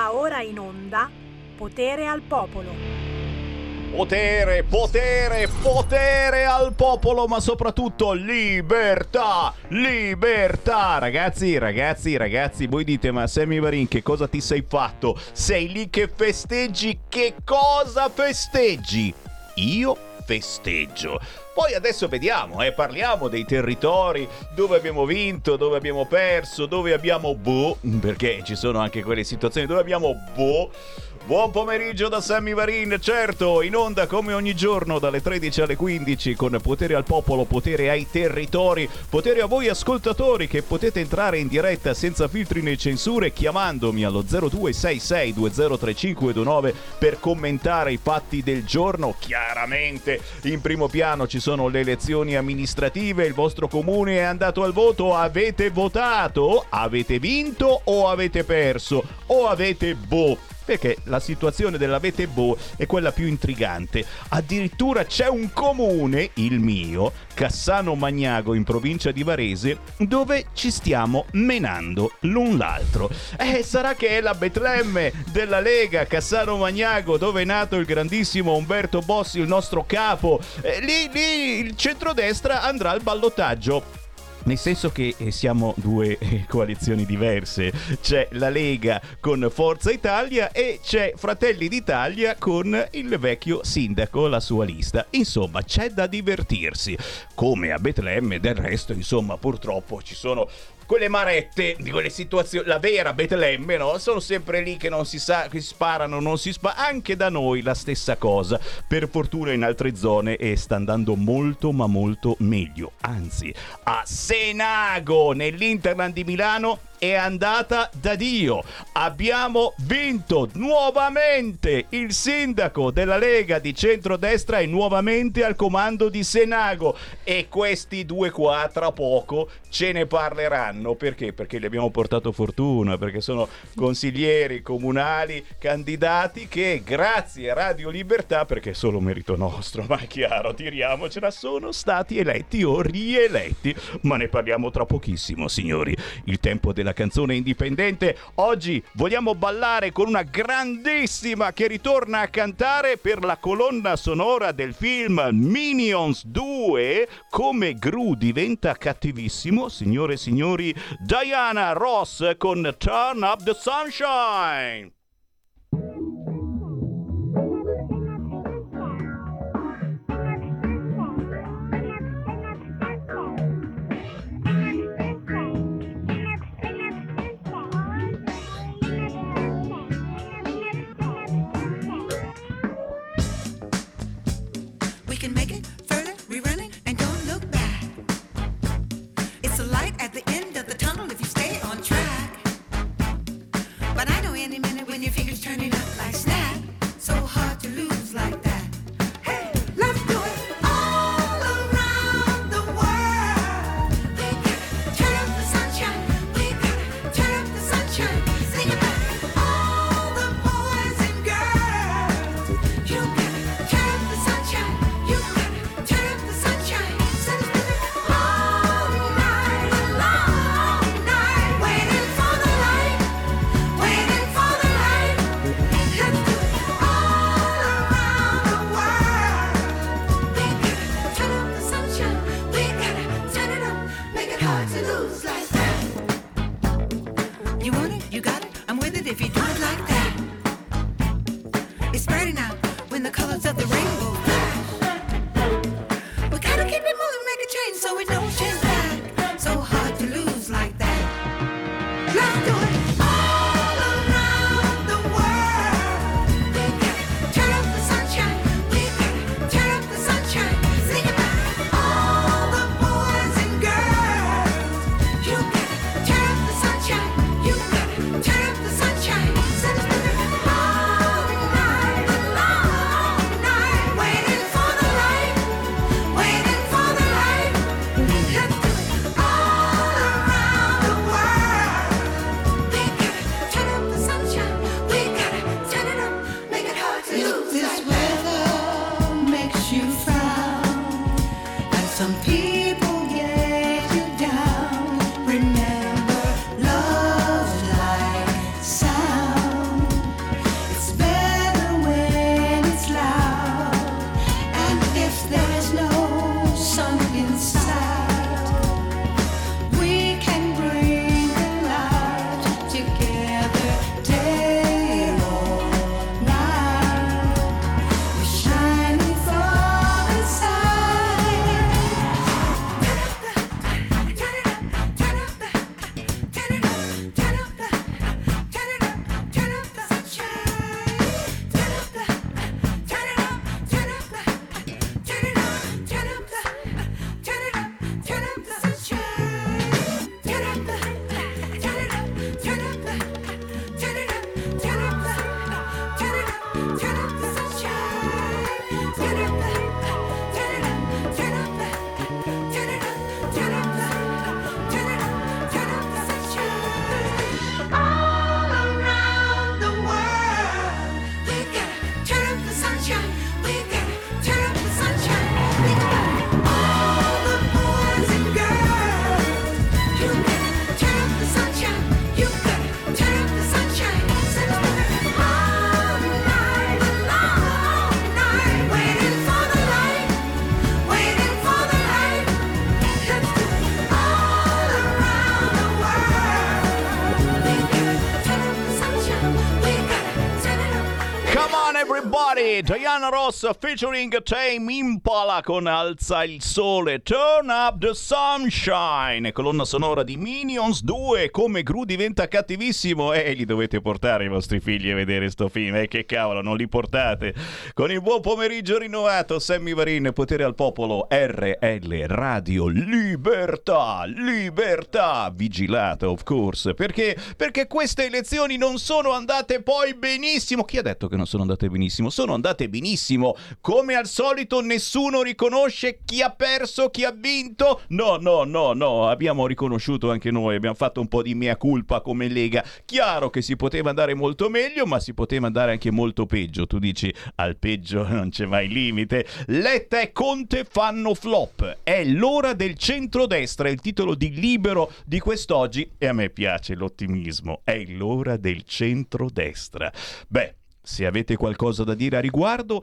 Va ora in onda Potere al Popolo. Potere, potere, potere al popolo, ma soprattutto libertà, libertà. Ragazzi, voi dite, ma Sammy Varin, che cosa ti sei fatto? Sei lì che festeggi? Che cosa festeggi? Io festeggio. Poi adesso vediamo, parliamo dei territori, dove abbiamo vinto, dove abbiamo perso, dove abbiamo perché ci sono anche quelle situazioni dove abbiamo Buon pomeriggio da Sammy Varin, certo, in onda come ogni giorno dalle 13 alle 15 con Potere al Popolo, potere ai territori, potere a voi ascoltatori che potete entrare in diretta senza filtri né censure chiamandomi allo 0266203529 per commentare i fatti del giorno. Chiaramente in primo piano ci sono le elezioni amministrative, il vostro comune è andato al voto, avete votato, avete vinto o avete perso o avete perché la situazione dell'avete è quella più intrigante. Addirittura c'è un comune, il mio, Cassano Magnago in provincia di Varese, dove ci stiamo menando l'un l'altro. Sarà che è la Betlemme della Lega Cassano Magnago, dove è nato il grandissimo Umberto Bossi, il nostro capo. Lì il centrodestra andrà al ballottaggio. Nel senso che siamo due coalizioni diverse. C'è la Lega con Forza Italia e c'è Fratelli d'Italia con il vecchio sindaco, la sua lista. Insomma, c'è da divertirsi. Come a Betlemme, del resto, insomma, purtroppo ci sono quelle marette di quelle situazioni, la vera Betlemme, no? Sono sempre lì che non si sa, che sparano, non si sparano. Anche da noi la stessa cosa. Per fortuna in altre zone sta andando molto ma molto meglio. Anzi, a Senago, nell'Interland di Milano, è andata da Dio. Abbiamo vinto nuovamente. Il sindaco della Lega di centrodestra è nuovamente al comando di Senago e questi due qua tra poco ce ne parleranno. Perché? Perché gli abbiamo portato fortuna, perché sono consiglieri comunali candidati che grazie a Radio Libertà, perché è solo merito nostro, ma è chiaro, tiriamocela, sono stati eletti o rieletti, ma ne parliamo tra pochissimo, signori. Il tempo della canzone indipendente. Oggi vogliamo ballare con una grandissima che ritorna a cantare per la colonna sonora del film Minions 2. Come Gru diventa cattivissimo, signore e signori, Diana Ross con Turn Up the Sunshine. Diana Ross featuring Tame Impala con Alza il sole, Turn up the sunshine, colonna sonora di Minions 2. Come Gru diventa cattivissimo, li dovete portare i vostri figli a vedere sto film, che cavolo, non li portate? Con il buon pomeriggio rinnovato, Sammy Varin, potere al popolo, RL Radio Libertà, vigilata of course, perché queste elezioni non sono andate poi benissimo. Chi ha detto che non sono andate benissimo? Sono andate benissimo. Come al solito nessuno riconosce chi ha perso, chi ha vinto. No, abbiamo riconosciuto anche noi, abbiamo fatto un po' di mea culpa come Lega. Chiaro che si poteva andare molto meglio, ma si poteva andare anche molto peggio. Tu dici al peggio non c'è mai limite. Letta e Conte fanno flop. È l'ora del centrodestra, è il titolo di Libero di quest'oggi, e a me piace l'ottimismo. È l'ora del centrodestra. Beh, se avete qualcosa da dire a riguardo,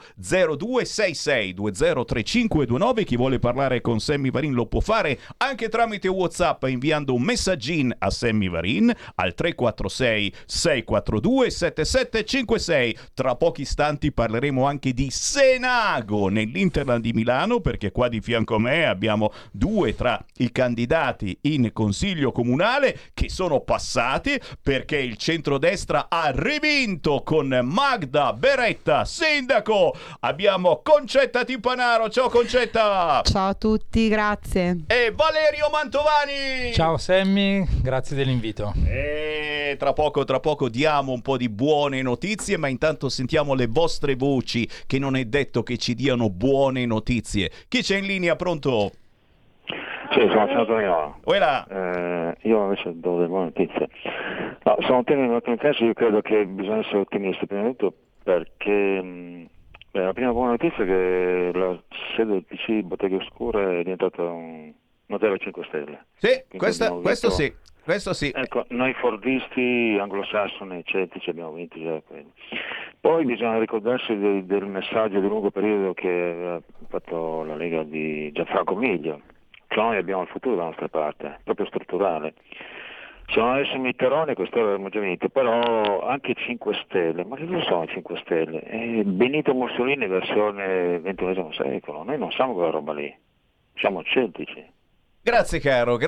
0266203529. Chi vuole parlare con Sammy Varin lo può fare anche tramite WhatsApp inviando un messaggin a Sammy Varin al 346 642 7756. Tra pochi istanti parleremo anche di Senago nell'Interland di Milano, perché qua di fianco a me abbiamo due tra i candidati in consiglio comunale che sono passati, perché il centrodestra ha rivinto con Magda Beretta, sindaco. Abbiamo Concetta Timpanaro. Ciao Concetta. Ciao a tutti, grazie. E Valerio Mantovani. Ciao Sammy, grazie dell'invito. E tra poco diamo un po' di buone notizie, ma intanto sentiamo le vostre voci, che non è detto che ci diano buone notizie. Chi c'è in linea? Pronto? Sì, sono senatore. Io invece do delle buone notizie. No, sono temi molto intensi. Io credo che bisogna essere ottimisti, prima di tutto perché la prima buona notizia è che la sede del PC Botteghe Oscure è diventata un hotel 5 stelle. Sì, questo sì. Ecco, noi fordisti, anglosassoni, celtici abbiamo vinto già quello. Poi bisogna ricordarsi del messaggio di lungo periodo che ha fatto la Lega di Gianfranco Miglio. Cioè noi abbiamo il futuro dalla nostra parte, proprio strutturale. Se non avessimo Mitterrand quest'ora avremmo già vinto, però anche 5 Stelle, ma che cosa sono i 5 Stelle? Benito Mussolini versione XXI secolo, noi non siamo quella roba lì, siamo celtici. Grazie caro.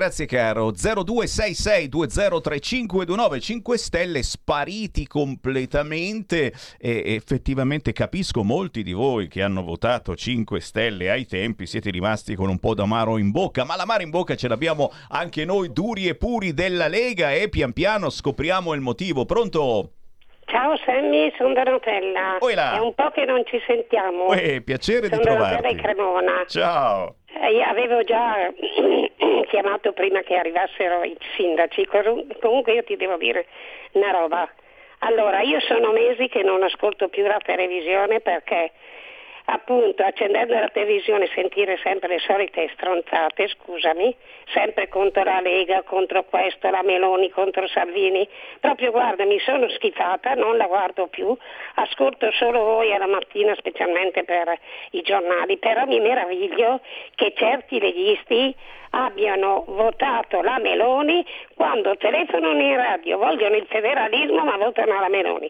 0266203529. 5 Stelle spariti completamente, e effettivamente capisco molti di voi che hanno votato 5 Stelle ai tempi, siete rimasti con un po' d'amaro in bocca, ma l'amaro in bocca ce l'abbiamo anche noi duri e puri della Lega, e pian piano scopriamo il motivo. Pronto? Ciao Sammy, sono Donatella. Oilà. È un po' che non ci sentiamo. Piacere di trovarti. Sono Donatella di Cremona. Ciao. Avevo già chiamato prima che arrivassero i sindaci. Comunque io ti devo dire una roba. Allora, io sono mesi che non ascolto più la televisione, perché appunto accendendo la televisione sentire sempre le solite stronzate, scusami, sempre contro la Lega, contro questo, la Meloni contro Salvini, proprio guarda, mi sono schifata, non la guardo più, ascolto solo voi alla mattina, specialmente per i giornali, però mi meraviglio che certi leghisti abbiano votato la Meloni quando telefonano in radio, vogliono il federalismo ma votano la Meloni.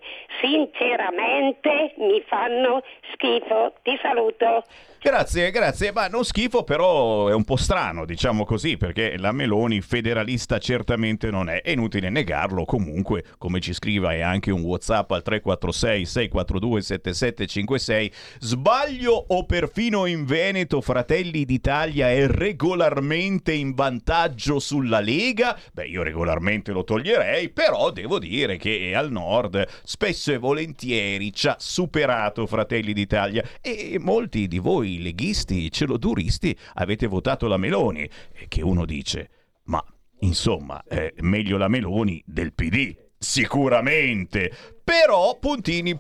Sinceramente mi fanno schifo. Ti saluto. Grazie, ma non schifo, però è un po' strano, diciamo così, perché la Meloni federalista certamente non è inutile negarlo. Comunque, come ci scriva, è anche un WhatsApp al 346 642 7756. Sbaglio o perfino in Veneto Fratelli d'Italia è regolarmente in vantaggio sulla Lega? Beh, io regolarmente lo toglierei, però devo dire che al nord spesso e volentieri ci ha superato Fratelli d'Italia, e molti di voi leghisti celoduristi avete votato la Meloni, che uno dice, ma insomma meglio la Meloni del PD sicuramente. Però puntini,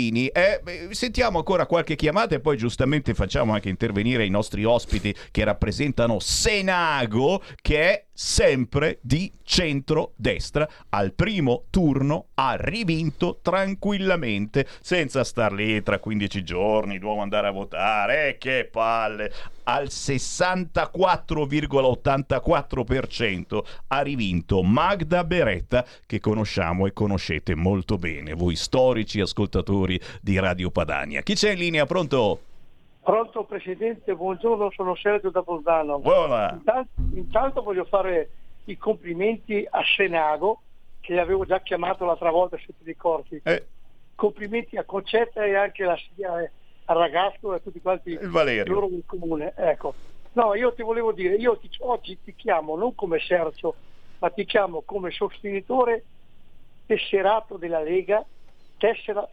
sentiamo ancora qualche chiamata e poi giustamente facciamo anche intervenire i nostri ospiti che rappresentano Senago, che è sempre di centro-destra. Al primo turno ha rivinto tranquillamente, senza star lì tra 15 giorni, devo andare a votare, che palle. al 64,84% ha rivinto Magda Beretta, che conosciamo e conoscete molto bene, voi storici ascoltatori di Radio Padania. Chi c'è in linea? Pronto? Pronto Presidente, buongiorno, sono Sergio da Bolzano. Buona. Intanto voglio fare i complimenti a Senago, che avevo già chiamato l'altra volta, se ti ricordi. Complimenti a Concetta e anche al ragazzo e a tutti quanti loro del comune. Ecco. No, io ti volevo dire, oggi ti chiamo non come Sergio, ma ti chiamo come sostenitore tesserato della Lega, tessera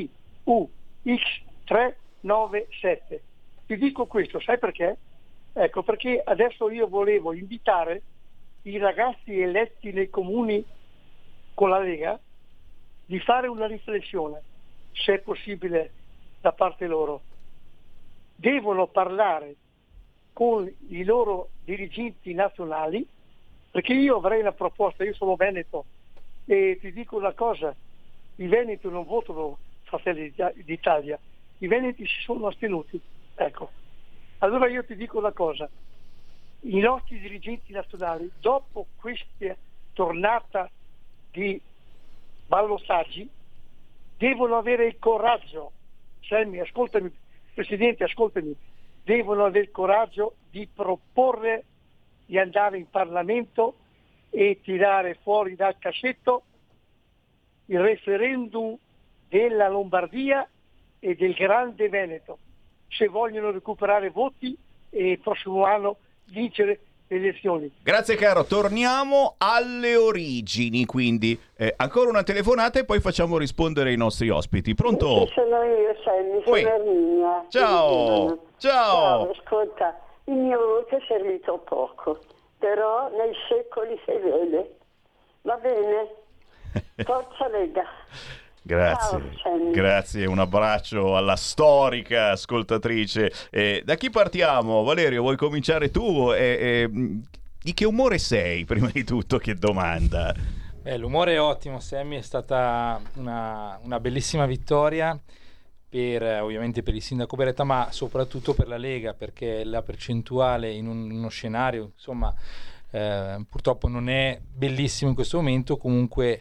TUX397. Ti dico questo, sai perché? Ecco, perché adesso io volevo invitare i ragazzi eletti nei comuni con la Lega di fare una riflessione, se è possibile da parte loro. Devono parlare con i loro dirigenti nazionali, perché io avrei una proposta, io sono veneto e ti dico una cosa, i veneti non votano Fratelli d'Italia, i veneti si sono astenuti, ecco. Allora io ti dico una cosa, i nostri dirigenti nazionali dopo questa tornata di ballottaggi devono avere il coraggio, Sammy, ascoltami, Presidente, ascoltami, devono avere il coraggio di proporre di andare in Parlamento e tirare fuori dal cassetto il referendum della Lombardia e del Grande Veneto, se vogliono recuperare voti e il prossimo anno vincere le elezioni. Grazie caro, torniamo alle origini, quindi ancora una telefonata e poi facciamo rispondere i nostri ospiti. Pronto? Sì, sono io, Sammy, sono Erminia. Ciao. Ciao, ascolta, il mio voto è servito poco, però nei secoli si vede. Va bene? Forza Lega. Grazie, grazie, un abbraccio alla storica ascoltatrice. Da chi partiamo? Valerio, vuoi cominciare tu? Di che umore sei, prima di tutto, che domanda? L'umore è ottimo, Sammy, è stata una bellissima vittoria ovviamente per il sindaco Beretta, ma soprattutto per la Lega, perché la percentuale in uno scenario, insomma, purtroppo non è bellissimo in questo momento. Comunque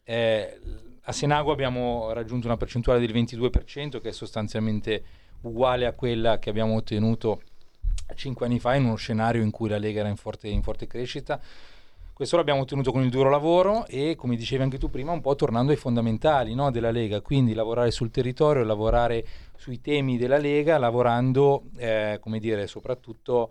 a Senago abbiamo raggiunto una percentuale del 22%, che è sostanzialmente uguale a quella che abbiamo ottenuto 5 anni fa in uno scenario in cui la Lega era in forte crescita. Questo l'abbiamo ottenuto con il duro lavoro e, come dicevi anche tu prima, un po' tornando ai fondamentali, no, della Lega, quindi lavorare sul territorio, lavorare sui temi della Lega, lavorando soprattutto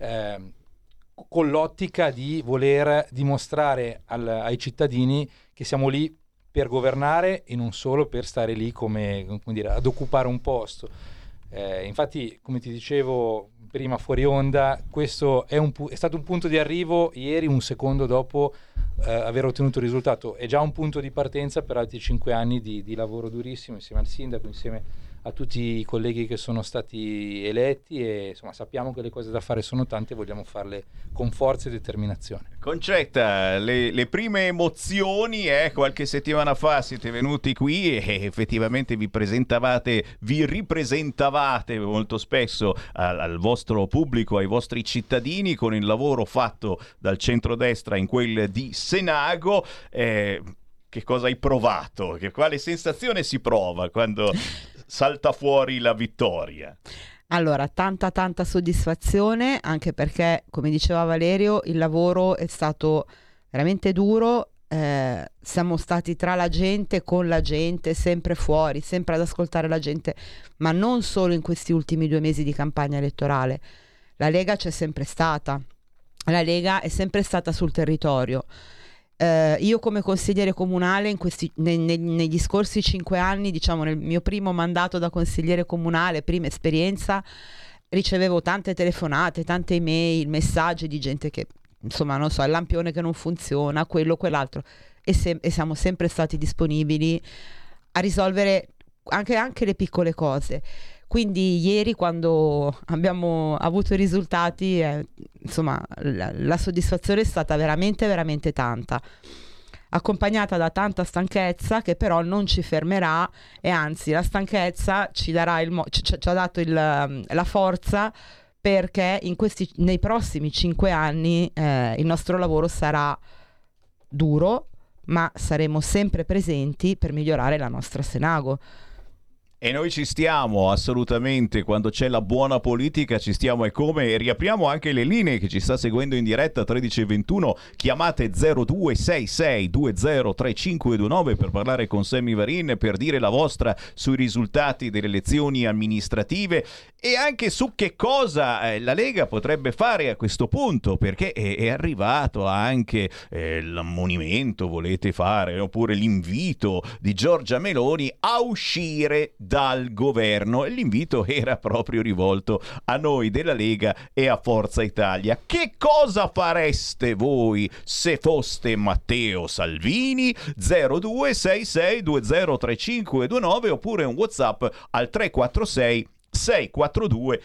con l'ottica di voler dimostrare ai cittadini che siamo lì per governare e non solo per stare lì ad occupare un posto. Infatti, come ti dicevo prima fuori onda, questo è stato un punto di arrivo ieri, un secondo dopo aver ottenuto il risultato. È già un punto di partenza per altri 5 anni di lavoro durissimo insieme al sindaco, insieme a tutti i colleghi che sono stati eletti, e insomma sappiamo che le cose da fare sono tante e vogliamo farle con forza e determinazione. Concetta, le prime emozioni, qualche settimana fa siete venuti qui e effettivamente vi ripresentavate molto spesso al vostro pubblico, ai vostri cittadini, con il lavoro fatto dal centrodestra in quel di Senago. Che cosa hai provato? Quale sensazione si prova quando salta fuori la vittoria? Allora, tanta soddisfazione, anche perché, come diceva Valerio, il lavoro è stato veramente duro. Siamo stati tra la gente, con la gente, sempre fuori, sempre ad ascoltare la gente, ma non solo in questi ultimi 2 mesi di campagna elettorale. La Lega c'è sempre stata, la Lega è sempre stata sul territorio. Io come consigliere comunale negli scorsi 5 anni, diciamo nel mio primo mandato da consigliere comunale, prima esperienza, ricevevo tante telefonate, tante email, messaggi di gente che, insomma, non so, il lampione che non funziona, quello, quell'altro, e siamo sempre stati disponibili a risolvere anche le piccole cose. Quindi ieri, quando abbiamo avuto i risultati, insomma, la soddisfazione è stata veramente tanta, accompagnata da tanta stanchezza, che però non ci fermerà, e anzi la stanchezza ci darà ci ha dato la forza perché nei prossimi 5 anni il nostro lavoro sarà duro, ma saremo sempre presenti per migliorare la nostra Senago. E noi ci stiamo assolutamente, quando c'è la buona politica ci stiamo, e come. E riapriamo anche le linee, che ci sta seguendo in diretta 13 e 21, chiamate 0266 203529 per parlare con Sammy Varin, per dire la vostra sui risultati delle elezioni amministrative e anche su che cosa la Lega potrebbe fare a questo punto, perché è arrivato anche l'ammonimento, volete fare, oppure l'invito di Giorgia Meloni a uscire dal governo, e l'invito era proprio rivolto a noi della Lega e a Forza Italia. Che cosa fareste voi se foste Matteo Salvini? 0266 203529 oppure un WhatsApp al 346 642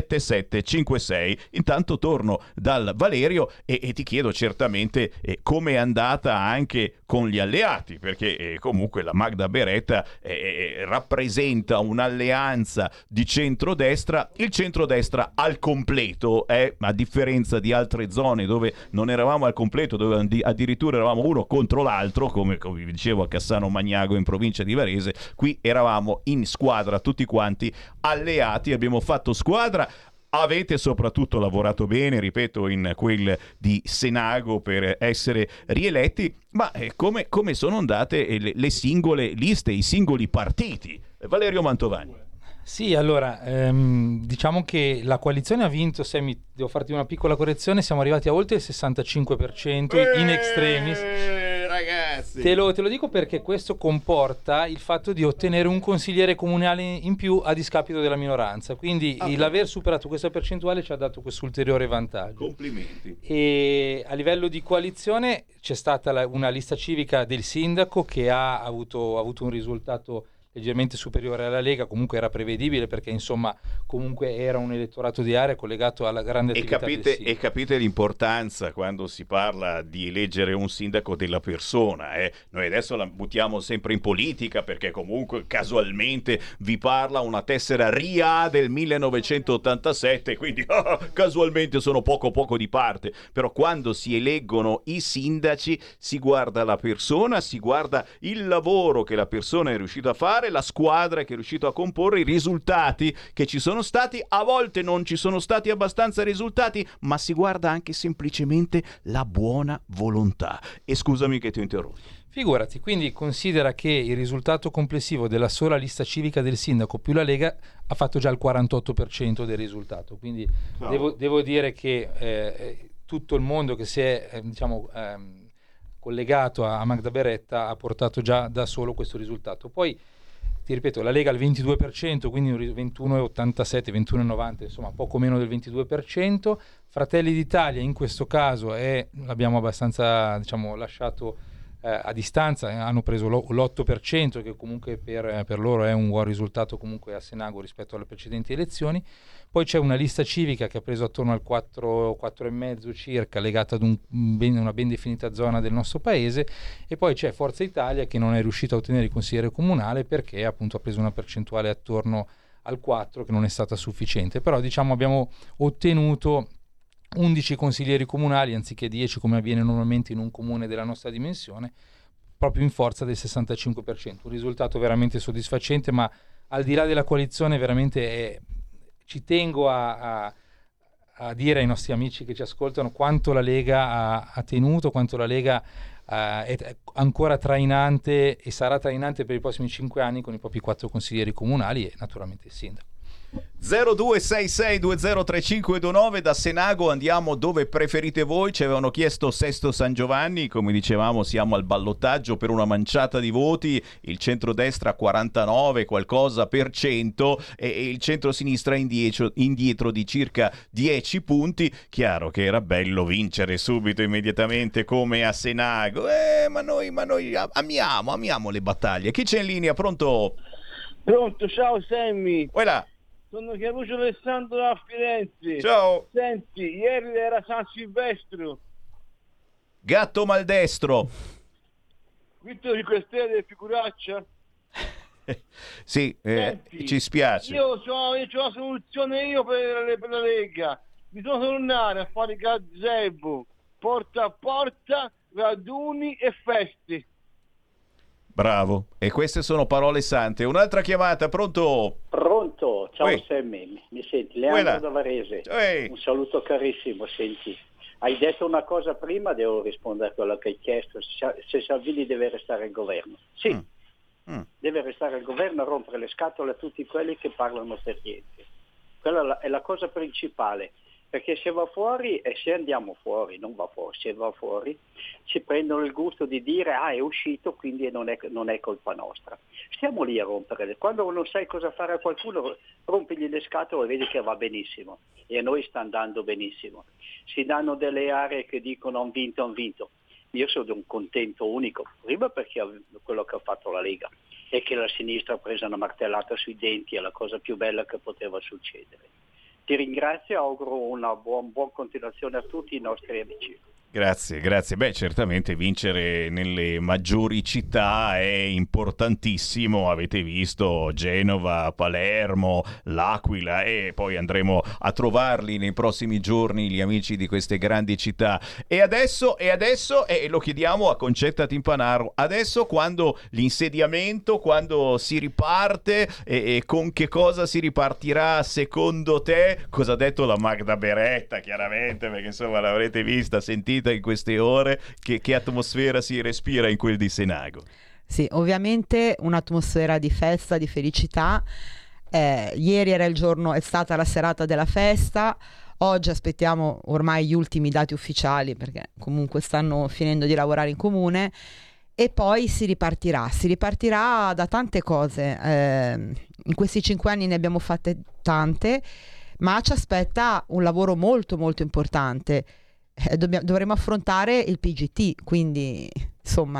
7756. Intanto torno dal Valerio e ti chiedo certamente come è andata anche con gli alleati, perché comunque la Magda Beretta rappresenta un'alleanza di centrodestra, il centrodestra al completo, a differenza di altre zone dove non eravamo al completo, dove addirittura eravamo uno contro l'altro, come vi dicevo a Cassano Magnago in provincia di Varese. Qui eravamo in squadra tutti quanti alleati, abbiamo fatto squadra. Avete soprattutto lavorato bene, ripeto, in quel di Senago per essere rieletti, ma come sono andate le singole liste, i singoli partiti? Valerio Mantovani. Sì, allora, diciamo che la coalizione ha vinto, devo farti una piccola correzione, siamo arrivati a oltre il 65% in extremis. Ragazzi, te lo dico perché questo comporta il fatto di ottenere un consigliere comunale in più a discapito della minoranza, quindi l'aver superato questa percentuale ci ha dato questo ulteriore vantaggio. Complimenti. E a livello di coalizione c'è stata una lista civica del sindaco che ha avuto un risultato leggermente superiore alla Lega, comunque era prevedibile perché insomma comunque era un elettorato di area collegato alla grande attività del sindaco. E capite l'importanza quando si parla di eleggere un sindaco della persona. Noi adesso la buttiamo sempre in politica perché comunque casualmente vi parla una tessera RIA del 1987, quindi casualmente sono poco di parte, però quando si eleggono i sindaci si guarda la persona, si guarda il lavoro che la persona è riuscita a fare, la squadra che è riuscito a comporre, i risultati che ci sono stati. A volte non ci sono stati abbastanza risultati, ma si guarda anche semplicemente la buona volontà. E scusami che ti ho interrotto. Figurati, quindi considera che il risultato complessivo della sola lista civica del sindaco più la Lega ha fatto già il 48% del risultato, quindi devo dire che tutto il mondo che si è collegato a Magda Beretta ha portato già da solo questo risultato. Poi ti ripeto, la Lega al 22%, quindi 21,87, 21,90, insomma poco meno del 22%. Fratelli d'Italia in questo caso l'abbiamo abbastanza lasciato a distanza, hanno preso l'8%, che comunque per loro è un buon risultato comunque a Senago rispetto alle precedenti elezioni. Poi c'è una lista civica che ha preso attorno al 4,5 circa, legata ad una ben definita zona del nostro paese, e poi c'è Forza Italia che non è riuscita a ottenere il consigliere comunale perché appunto ha preso una percentuale attorno al 4, che non è stata sufficiente. Però abbiamo ottenuto 11 consiglieri comunali anziché 10 come avviene normalmente in un comune della nostra dimensione, proprio in forza del 65%, un risultato veramente soddisfacente. Ma al di là della coalizione veramente ci tengo a dire ai nostri amici che ci ascoltano quanto la Lega ha tenuto, quanto la Lega è ancora trainante e sarà trainante per i prossimi 5 anni con i propri 4 consiglieri comunali e naturalmente il sindaco. 0266203529. Da Senago andiamo dove preferite voi. Ci avevano chiesto Sesto San Giovanni, come dicevamo siamo al ballottaggio per una manciata di voti, il centrodestra 49 qualcosa per cento e il centrosinistra indietro di circa 10 punti. Chiaro che era bello vincere subito, immediatamente, come a Senago, ma noi amiamo le battaglie. Chi c'è in linea? Pronto, ciao Sammy. Voilà. Sono Chiaruccio Alessandro da Firenze. Ciao. Senti, ieri era San Silvestro. Gatto maldestro. Vittorio di Questelle e figuraccia. Sì, Senti, ci spiace. Io ho la soluzione per la Lega. Bisogna tornare a fare gazebo, porta a porta, raduni e feste. Bravo. E queste sono parole sante. Un'altra chiamata, pronto? Pronto, ciao Uè. Sammy, mi senti? Uè là. Leandro da Varese, Uè. un saluto carissimo, senti, hai detto una cosa prima, devo rispondere a quello che hai chiesto, se Salvini deve restare al governo. Sì, deve restare al governo e rompere le scatole a tutti quelli che parlano per niente. Quella è la cosa principale, perché se va fuori, e se andiamo fuori, non va fuori, se va fuori, ci prendono il gusto di dire è uscito, quindi non è colpa nostra. Stiamo lì a rompere, quando non sai cosa fare a qualcuno, rompigli le scatole e vedi che va benissimo, e a noi sta andando benissimo. Si danno delle aree che dicono han vinto. Io sono un contento unico, prima perché quello che ha fatto la Lega e che la sinistra ha preso una martellata sui denti, è la cosa più bella che poteva succedere. Ti ringrazio e auguro una buona continuazione a tutti i nostri amici. Grazie. Beh, certamente vincere nelle maggiori città è importantissimo. Avete visto Genova, Palermo, L'Aquila, e poi andremo a trovarli nei prossimi giorni gli amici di queste grandi città. E adesso lo chiediamo a Concetta Timpanaro, adesso quando l'insediamento, quando si riparte, e con che cosa si ripartirà secondo te? Cosa ha detto la Magda Beretta, chiaramente, perché insomma l'avrete vista, sentita in queste ore, che atmosfera si respira in quel di Senago? Sì, ovviamente un'atmosfera di festa, di felicità. Ieri è stata la serata della festa. Oggi aspettiamo ormai gli ultimi dati ufficiali, perché comunque stanno finendo di lavorare in comune, e poi si ripartirà da tante cose. In questi 5 anni ne abbiamo fatte tante, ma ci aspetta un lavoro molto molto importante. Dovremo affrontare il PGT, quindi insomma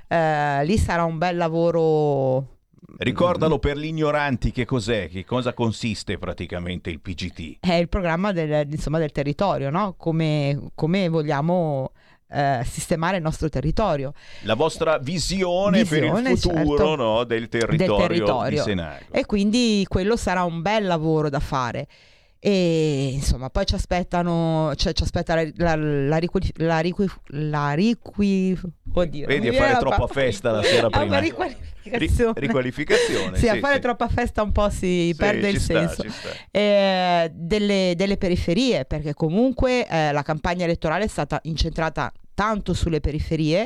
lì sarà un bel lavoro. Ricordalo per gli ignoranti che cos'è, che cosa consiste praticamente il PGT. È il programma del territorio, no? Come vogliamo sistemare il nostro territorio. La vostra visione per il futuro, certo, no, del territorio di Senago. E quindi quello sarà un bel lavoro da fare. E insomma poi ci aspetta oddio, vedi, a fare troppa festa la sera prima. Riqualificazione. Sì, a fare troppa festa un po' si perde il senso. Delle periferie, perché comunque la campagna elettorale è stata incentrata tanto sulle periferie,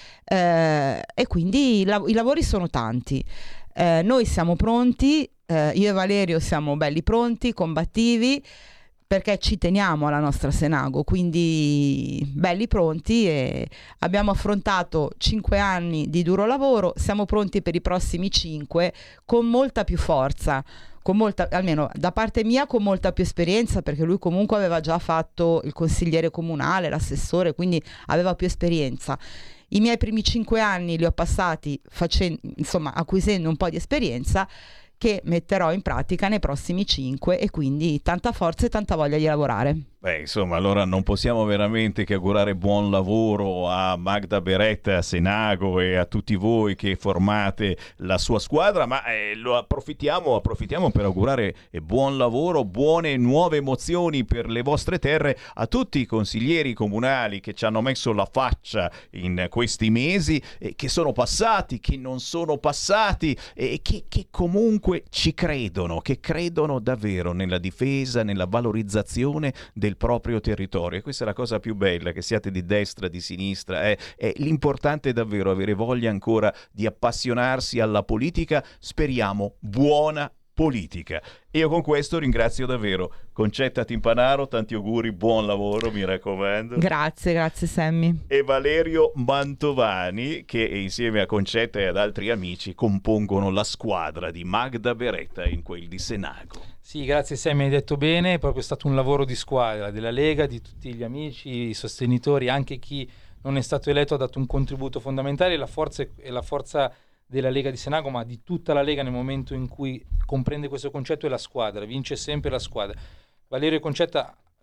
e quindi i lavori sono tanti. Noi siamo pronti. Io e Valerio siamo belli pronti, combattivi, perché ci teniamo alla nostra Senago, quindi belli pronti, e abbiamo affrontato 5 anni di duro lavoro, siamo pronti per i prossimi 5 con molta più forza, almeno da parte mia, con molta più esperienza, perché lui comunque aveva già fatto il consigliere comunale, l'assessore, quindi aveva più esperienza. I miei primi 5 anni li ho passati acquisendo un po' di esperienza, che metterò in pratica nei prossimi 5, e quindi tanta forza e tanta voglia di lavorare. Beh, insomma, allora non possiamo veramente che augurare buon lavoro a Magda Beretta, a Senago e a tutti voi che formate la sua squadra, ma lo approfittiamo per augurare buon lavoro, buone nuove emozioni per le vostre terre a tutti i consiglieri comunali che ci hanno messo la faccia in questi mesi, che sono passati, che non sono passati, e che comunque ci credono, che credono davvero nella difesa, nella valorizzazione del proprio territorio. E questa è la cosa più bella, che siate di destra, di sinistra, è l'importante è davvero avere voglia ancora di appassionarsi alla politica. Speriamo buona politica. Io con questo ringrazio davvero Concetta Timpanaro, tanti auguri, buon lavoro, mi raccomando. Grazie Sammy. E Valerio Mantovani, che insieme a Concetta e ad altri amici compongono la squadra di Magda Beretta in quel di Senago. Sì, grazie Sammy, hai detto bene, è proprio stato un lavoro di squadra della Lega, di tutti gli amici, i sostenitori, anche chi non è stato eletto ha dato un contributo fondamentale. La forza della Lega di Senago, ma di tutta la Lega nel momento in cui comprende questo concetto, è la squadra, vince sempre la squadra. Valerio e Concetta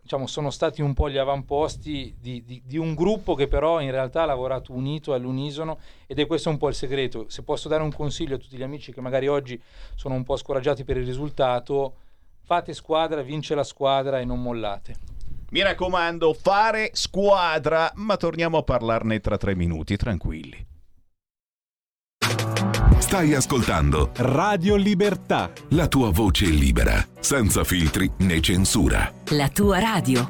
diciamo, sono stati un po' gli avamposti di un gruppo che però in realtà ha lavorato unito all'unisono, ed è questo un po' il segreto. Se posso dare un consiglio a tutti gli amici che magari oggi sono un po' scoraggiati per il risultato: fate squadra, vince la squadra e non mollate. Mi raccomando, fare squadra, ma torniamo a parlarne tra 3 minuti, tranquilli. Stai ascoltando Radio Libertà, la tua voce libera, senza filtri né censura. La tua radio.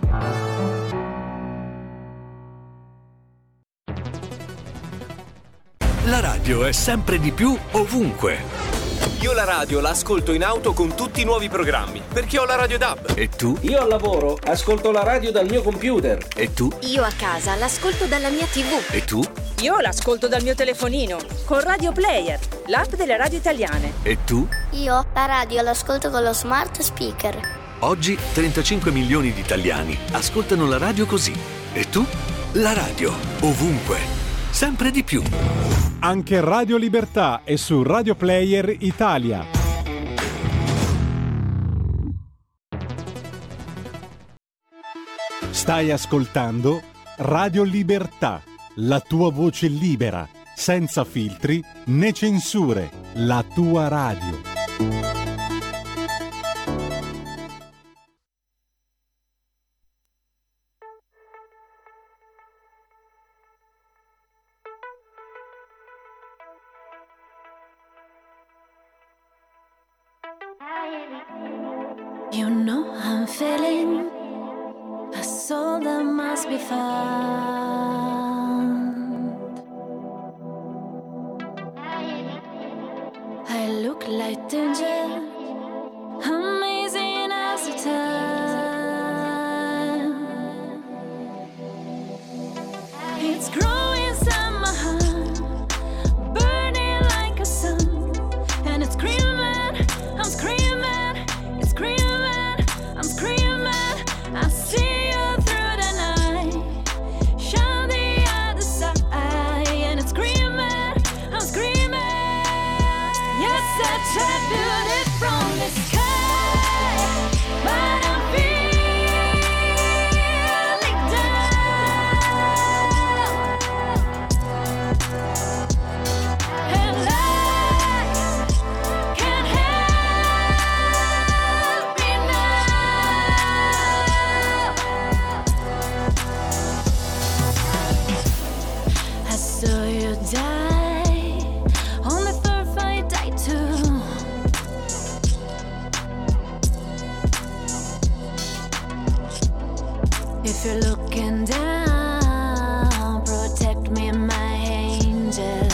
La radio è sempre di più ovunque. Io la radio la ascolto in auto con tutti i nuovi programmi, perché ho la Radio DAB. E tu? Io al lavoro ascolto la radio dal mio computer. E tu? Io a casa l'ascolto dalla mia TV. E tu? Io l'ascolto dal mio telefonino, con Radio Player, l'app delle radio italiane. E tu? Io la radio l'ascolto con lo smart speaker. Oggi 35 milioni di italiani ascoltano la radio così. E tu? La radio, ovunque, sempre di più. Anche Radio Libertà è su Radio Player Italia. Stai ascoltando Radio Libertà, la tua voce libera, senza filtri né censure, la tua radio. You know I'm feeling a soul that must be found. I look like danger, amazing as a time. It's growing inside my heart, burning like a sun, and it's screaming, I'm screaming, it's screaming. I'm screaming, I see you through the night, shine the other side, and it's screaming, I'm screaming. You're such a beauty from the sky, but I'm feeling down, and I can't help me now. I saw you die on the earth, I died too. If you're looking down, protect me, my angel.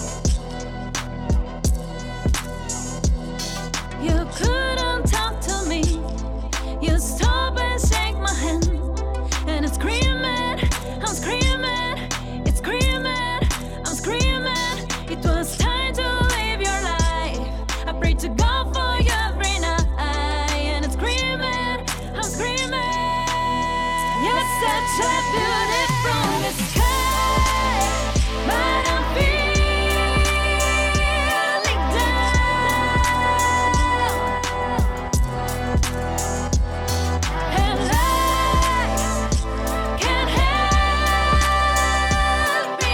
You couldn't talk to me, you stop and shake my hand, and it's screaming, I'm screaming, it's screaming, I'm screaming. It was time to live your life, I pray to God for you every night, and it's screaming, I'm screaming. You're such a beauty from the sky, but I'm feeling down, and I can't help me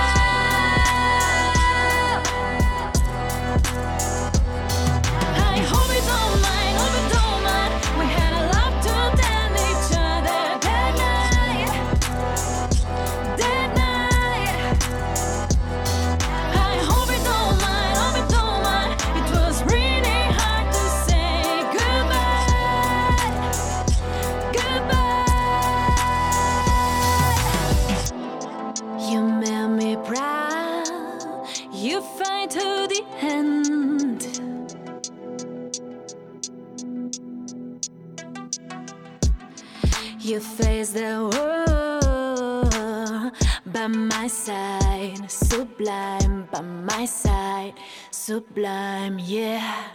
now. I hope you don't mind, hope you don't mind. We had a lot to tell each other that night, that night. I hope you don't mind, hope you don't mind. It was really hard to say goodbye, goodbye. You made me proud, you fight to the end. You face the world by my side, sublime by my side, sublime, yeah.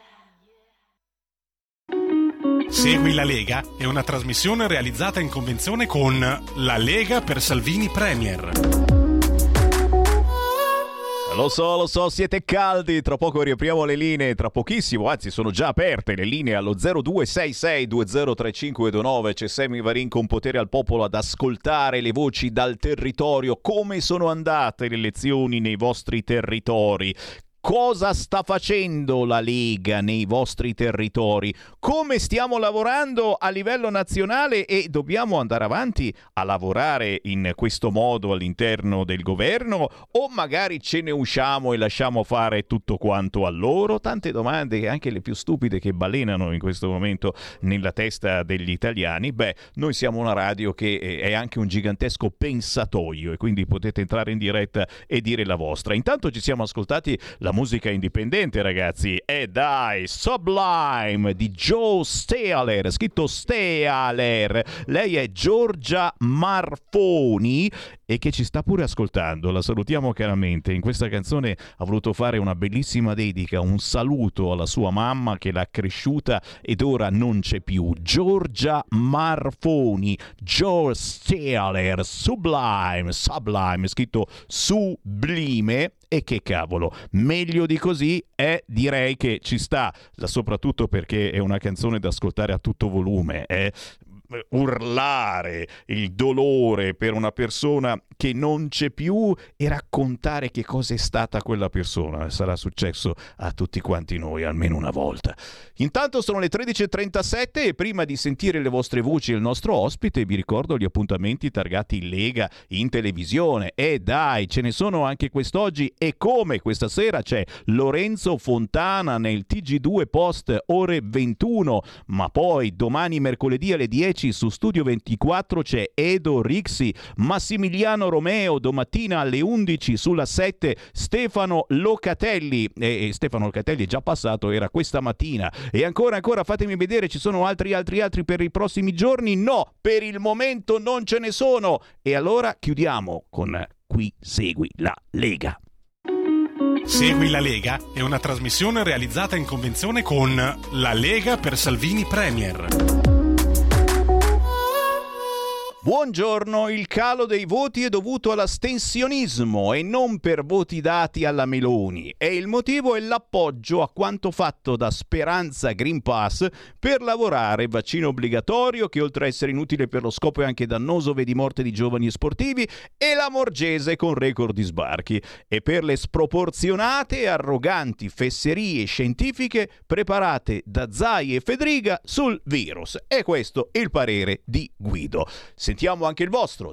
Segui la Lega è una trasmissione realizzata in convenzione con La Lega per Salvini Premier. Lo so, siete caldi, tra poco riapriamo le linee, tra pochissimo, anzi sono già aperte le linee allo 0266203529, c'è Sammy Varin con Potere al Popolo ad ascoltare le voci dal territorio, come sono andate le elezioni nei vostri territori. Cosa sta facendo la Lega nei vostri territori? Come stiamo lavorando a livello nazionale e dobbiamo andare avanti a lavorare in questo modo all'interno del governo o magari ce ne usciamo e lasciamo fare tutto quanto a loro? Tante domande, anche le più stupide, che balenano in questo momento nella testa degli italiani. Beh, noi siamo una radio che è anche un gigantesco pensatoio e quindi potete entrare in diretta e dire la vostra. Intanto ci siamo ascoltati la musica indipendente, ragazzi, e dai, Sublime di Joe Stealer, scritto Stealer. Lei è Giorgia Marfoni e che ci sta pure ascoltando, la salutiamo chiaramente. In questa canzone ha voluto fare una bellissima dedica, un saluto alla sua mamma che l'ha cresciuta ed ora non c'è più. Giorgia Marfoni, Joe Stealer, Sublime, scritto sublime. E che cavolo, meglio di così direi che ci sta, soprattutto perché è una canzone da ascoltare a tutto volume, urlare il dolore per una persona che non c'è più e raccontare che cosa è stata quella persona. Sarà successo a tutti quanti noi almeno una volta. Intanto sono le 13.37 e prima di sentire le vostre voci e il nostro ospite vi ricordo gli appuntamenti targati Lega in televisione. E dai, ce ne sono anche quest'oggi, e come questa sera c'è Lorenzo Fontana nel TG2 Post ore 21, ma poi domani mercoledì alle 10 su Studio 24 c'è Edo Rixi, Massimiliano Romeo, domattina alle 11 sulla 7 Stefano Locatelli, e Stefano Locatelli è già passato, era questa mattina. E ancora fatemi vedere, ci sono altri per i prossimi giorni? No, per il momento non ce ne sono. E allora chiudiamo con Qui segui la Lega. Segui la Lega è una trasmissione realizzata in convenzione con La Lega per Salvini Premier. Buongiorno, il calo dei voti è dovuto all'astensionismo e non per voti dati alla Meloni, e il motivo è l'appoggio a quanto fatto da Speranza Green Pass per lavorare, vaccino obbligatorio che oltre a essere inutile per lo scopo è anche dannoso, vedi morte di giovani e sportivi, e la Morgese con record di sbarchi, e per le sproporzionate e arroganti fesserie scientifiche preparate da Zai e Fedriga sul virus. E questo è il parere di Guido. Sentiamo anche il vostro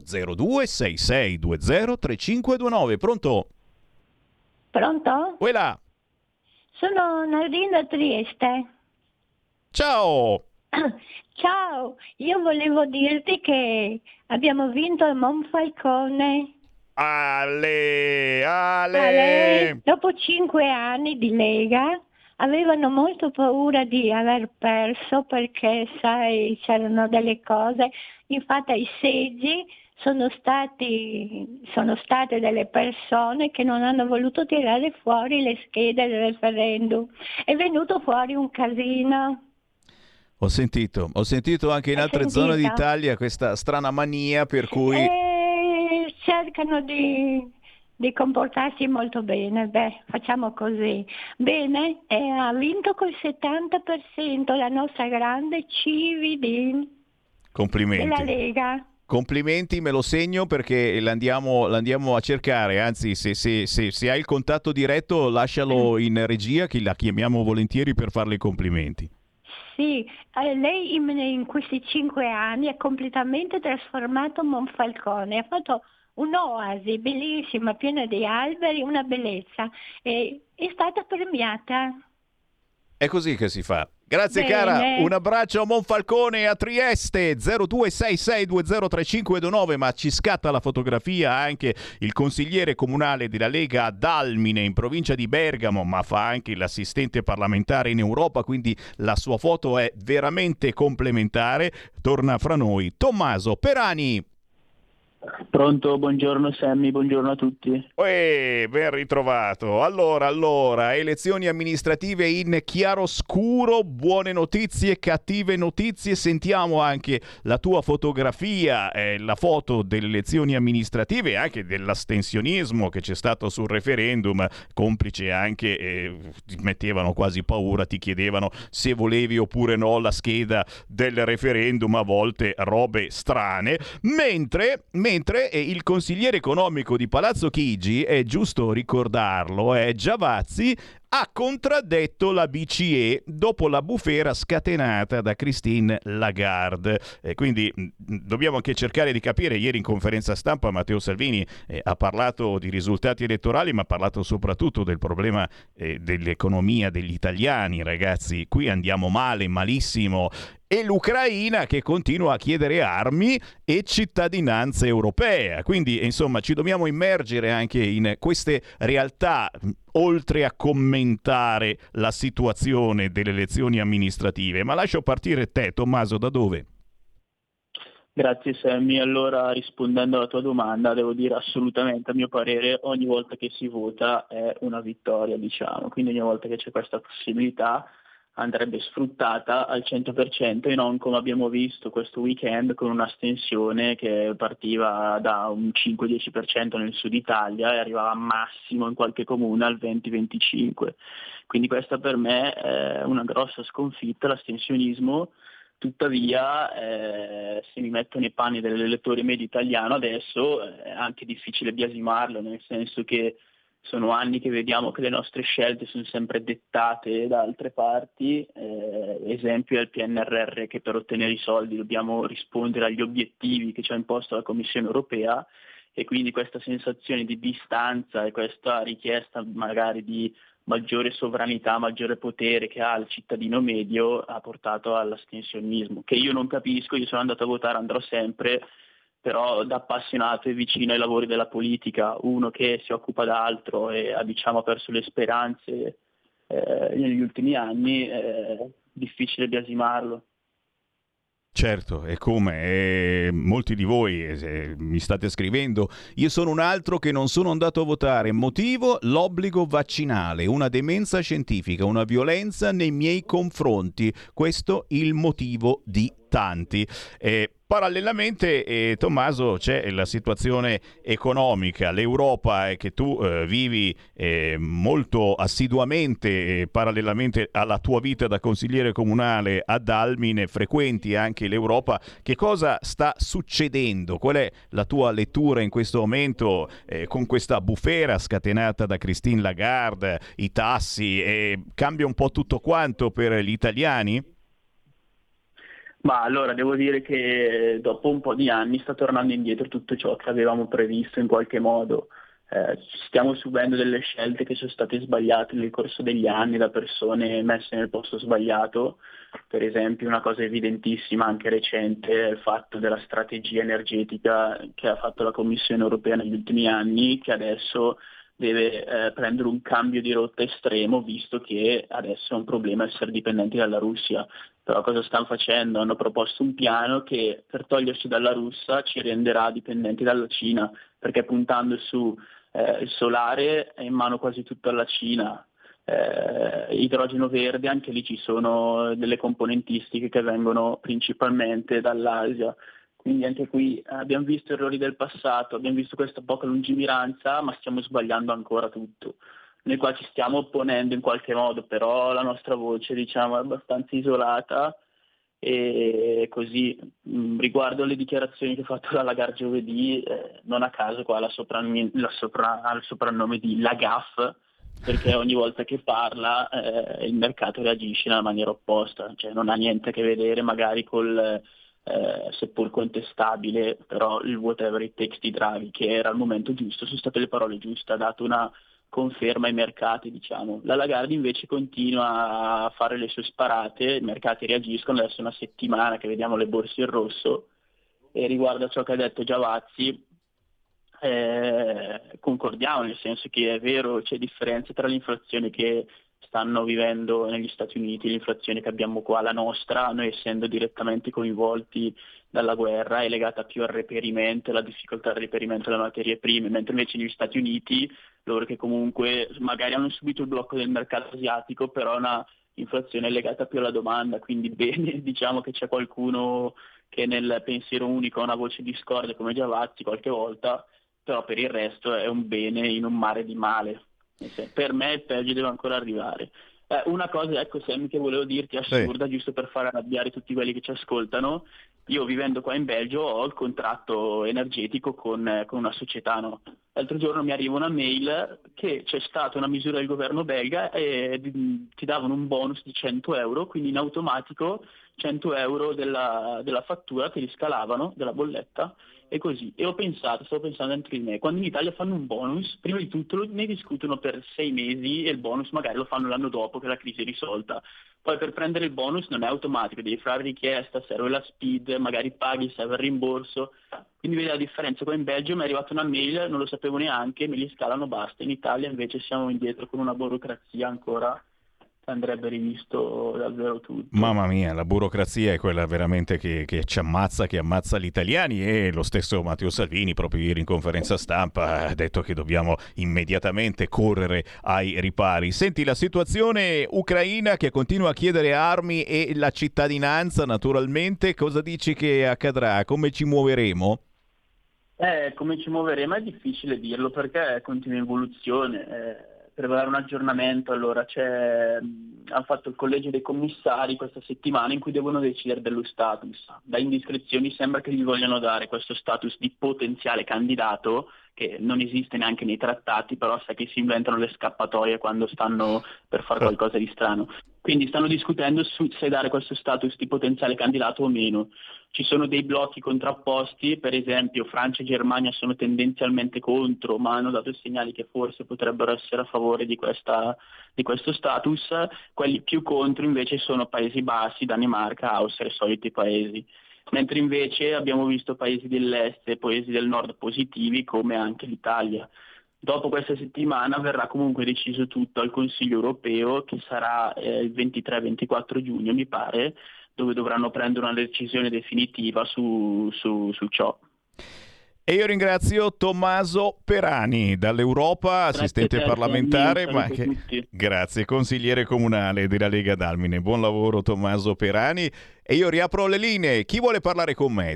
0266203529. Pronto? Pronto? Uela. Sono Nardina da Trieste. Ciao. Ciao, io volevo dirti che abbiamo vinto il Monfalcone. Ale. Dopo 5 anni di Lega avevano molto paura di aver perso perché, sai, c'erano delle cose. Infatti ai seggi sono state delle persone che non hanno voluto tirare fuori le schede del referendum. È venuto fuori un casino. Ho sentito anche in altre zone d'Italia questa strana mania per cui cercano di comportarsi molto bene. Facciamo così. Bene, ha vinto col 70% la nostra grande CVD. Complimenti. Della Lega. Complimenti, me lo segno perché l'andiamo a cercare, anzi se hai il contatto diretto lascialo in regia che la chiamiamo volentieri per farle i complimenti. Sì, lei in questi 5 anni ha completamente trasformato Monfalcone, ha fatto un'oasi bellissima, piena di alberi, una bellezza, e è stata premiata. È così che si fa. Grazie. Bene. Cara, un abbraccio a Monfalcone e a Trieste. 0266203529. Ma ci scatta la fotografia anche il consigliere comunale della Lega ad Almine in provincia di Bergamo, ma fa anche l'assistente parlamentare in Europa, quindi la sua foto è veramente complementare. Torna fra noi Tommaso Perani. Pronto, buongiorno Sammy, buongiorno a tutti. Ben ritrovato. Allora, elezioni amministrative in chiaroscuro, buone notizie, cattive notizie. Sentiamo anche la tua fotografia, la foto delle elezioni amministrative e anche dell'astensionismo che c'è stato sul referendum, complice anche, ti mettevano quasi paura, ti chiedevano se volevi oppure no la scheda del referendum, a volte robe strane, mentre il consigliere economico di Palazzo Chigi, è giusto ricordarlo, Giavazzi, ha contraddetto la BCE dopo la bufera scatenata da Christine Lagarde. Quindi dobbiamo anche cercare di capire. Ieri in conferenza stampa Matteo Salvini ha parlato di risultati elettorali, ma ha parlato soprattutto del problema dell'economia degli italiani. Ragazzi, qui andiamo male, malissimo. E l'Ucraina che continua a chiedere armi e cittadinanza europea. Quindi, insomma, ci dobbiamo immergere anche in queste realtà, oltre a commentare la situazione delle elezioni amministrative. Ma lascio partire te, Tommaso, da dove? Grazie Sammy. Allora, rispondendo alla tua domanda, devo dire assolutamente, a mio parere, ogni volta che si vota è una vittoria, diciamo. Quindi ogni volta che c'è questa possibilità andrebbe sfruttata al 100% e non come abbiamo visto questo weekend con un'astensione che partiva da un 5-10% nel sud Italia e arrivava massimo in qualche comune al 20-25%. Quindi questa per me è una grossa sconfitta, l'astensionismo. Tuttavia, se mi metto nei panni dell'elettore medio italiano adesso è anche difficile biasimarlo, nel senso che sono anni che vediamo che le nostre scelte sono sempre dettate da altre parti, esempio è il PNRR, che per ottenere i soldi dobbiamo rispondere agli obiettivi che ci ha imposto la Commissione europea, e quindi questa sensazione di distanza e questa richiesta magari di maggiore sovranità, maggiore potere che ha il cittadino medio ha portato all'astensionismo, che io non capisco. Io sono andato a votare, andrò sempre, però da appassionato e vicino ai lavori della politica, uno che si occupa d'altro e ha, diciamo, perso le speranze negli ultimi anni, è difficile biasimarlo. Certo, e come molti di voi mi state scrivendo, io sono un altro che non sono andato a votare, motivo l'obbligo vaccinale, una demenza scientifica, una violenza nei miei confronti, questo il motivo di tanti. Parallelamente, Tommaso, c'è la situazione economica, l'Europa che tu vivi molto assiduamente, parallelamente alla tua vita da consigliere comunale ad Almine, frequenti anche l'Europa. Che cosa sta succedendo? Qual è la tua lettura in questo momento con questa bufera scatenata da Christine Lagarde, i tassi, cambia un po' tutto quanto per gli italiani? Ma allora devo dire che dopo un po' di anni sta tornando indietro tutto ciò che avevamo previsto in qualche modo. Stiamo subendo delle scelte che sono state sbagliate nel corso degli anni da persone messe nel posto sbagliato. Per esempio, una cosa evidentissima, anche recente, è il fatto della strategia energetica che ha fatto la Commissione europea negli ultimi anni, che adesso deve prendere un cambio di rotta estremo, visto che adesso è un problema essere dipendenti dalla Russia. Però cosa stanno facendo? Hanno proposto un piano che per toglierci dalla Russia ci renderà dipendenti dalla Cina, perché puntando su il solare è in mano quasi tutto alla Cina. Idrogeno verde, anche lì ci sono delle componentistiche che vengono principalmente dall'Asia. Quindi anche qui abbiamo visto errori del passato, abbiamo visto questa poca lungimiranza, ma stiamo sbagliando ancora tutto. Noi qua ci stiamo opponendo in qualche modo, però la nostra voce, diciamo, è abbastanza isolata, e così riguardo alle dichiarazioni che ha fatto la Lagarde giovedì, non a caso qua ha il soprannome di Lagaf, perché ogni volta che parla il mercato reagisce nella maniera opposta, cioè non ha niente a che vedere magari col seppur contestabile, però il whatever it takes di Draghi, che era al momento giusto, sono state le parole giuste, ha dato una conferma ai mercati, diciamo. La Lagarde invece continua a fare le sue sparate, i mercati reagiscono, adesso è una settimana che vediamo le borse in rosso, e riguardo a ciò che ha detto Giavazzi, concordiamo, nel senso che è vero, c'è differenza tra l'inflazione che stanno vivendo negli Stati Uniti, l'inflazione che abbiamo qua, la nostra, noi essendo direttamente coinvolti dalla guerra, è legata più al reperimento, alla difficoltà del reperimento delle materie prime, mentre invece negli Stati Uniti, loro che comunque magari hanno subito il blocco del mercato asiatico, però una inflazione legata più alla domanda, quindi bene, diciamo che c'è qualcuno che nel pensiero unico ha una voce discorde come Giavazzi qualche volta, però per il resto è un bene in un mare di male. Per me il peggio deve ancora arrivare. Una cosa, ecco Sammy, che volevo dirti assurda, giusto per far arrabbiare tutti quelli che ci ascoltano. Io vivendo qua in Belgio ho il contratto energetico con una società, no? L'altro giorno mi arriva una mail che c'è stata una misura del governo belga e ti davano un bonus di 100 euro, quindi in automatico 100 euro della fattura te li scalavano, della bolletta, e così. E stavo pensando dentro di me, quando in Italia fanno un bonus, prima di tutto ne discutono per 6 mesi e il bonus magari lo fanno l'anno dopo che la crisi è risolta. Poi per prendere il bonus non è automatico, devi fare richiesta, serve la SPID, magari paghi, serve il rimborso. Quindi vedi la differenza. Qua in Belgio mi è arrivata una mail, non lo sapevo neanche, me li scalano, basta. In Italia invece siamo indietro con una burocrazia ancora, andrebbe rivisto davvero tutto. Mamma mia, la burocrazia è quella veramente che ci ammazza, che ammazza gli italiani, e lo stesso Matteo Salvini proprio ieri in conferenza stampa ha detto che dobbiamo immediatamente correre ai ripari. Senti, la situazione ucraina che continua a chiedere armi e la cittadinanza naturalmente, cosa dici che accadrà? Come ci muoveremo? Come ci muoveremo è difficile dirlo perché continua in evoluzione. Per dare un aggiornamento, allora hanno fatto il collegio dei commissari questa settimana in cui devono decidere dello status. Da indiscrezioni sembra che gli vogliano dare questo status di potenziale candidato, che non esiste neanche nei trattati, però sai che si inventano le scappatoie quando stanno per fare qualcosa di strano. Quindi stanno discutendo se dare questo status di potenziale candidato o meno. Ci sono dei blocchi contrapposti, per esempio Francia e Germania sono tendenzialmente contro, ma hanno dato segnali che forse potrebbero essere a favore di questo status. Quelli più contro invece sono Paesi Bassi, Danimarca, Austria, i soliti paesi. Mentre invece abbiamo visto paesi dell'est e paesi del nord positivi, come anche l'Italia. Dopo questa settimana verrà comunque deciso tutto al Consiglio europeo, che sarà il 23-24 giugno, mi pare, dove dovranno prendere una decisione definitiva su ciò. E io ringrazio Tommaso Perani dall'Europa, assistente parlamentare, grazie, consigliere comunale della Lega Dalmine. Buon lavoro Tommaso Perani. E io riapro le linee. Chi vuole parlare con me?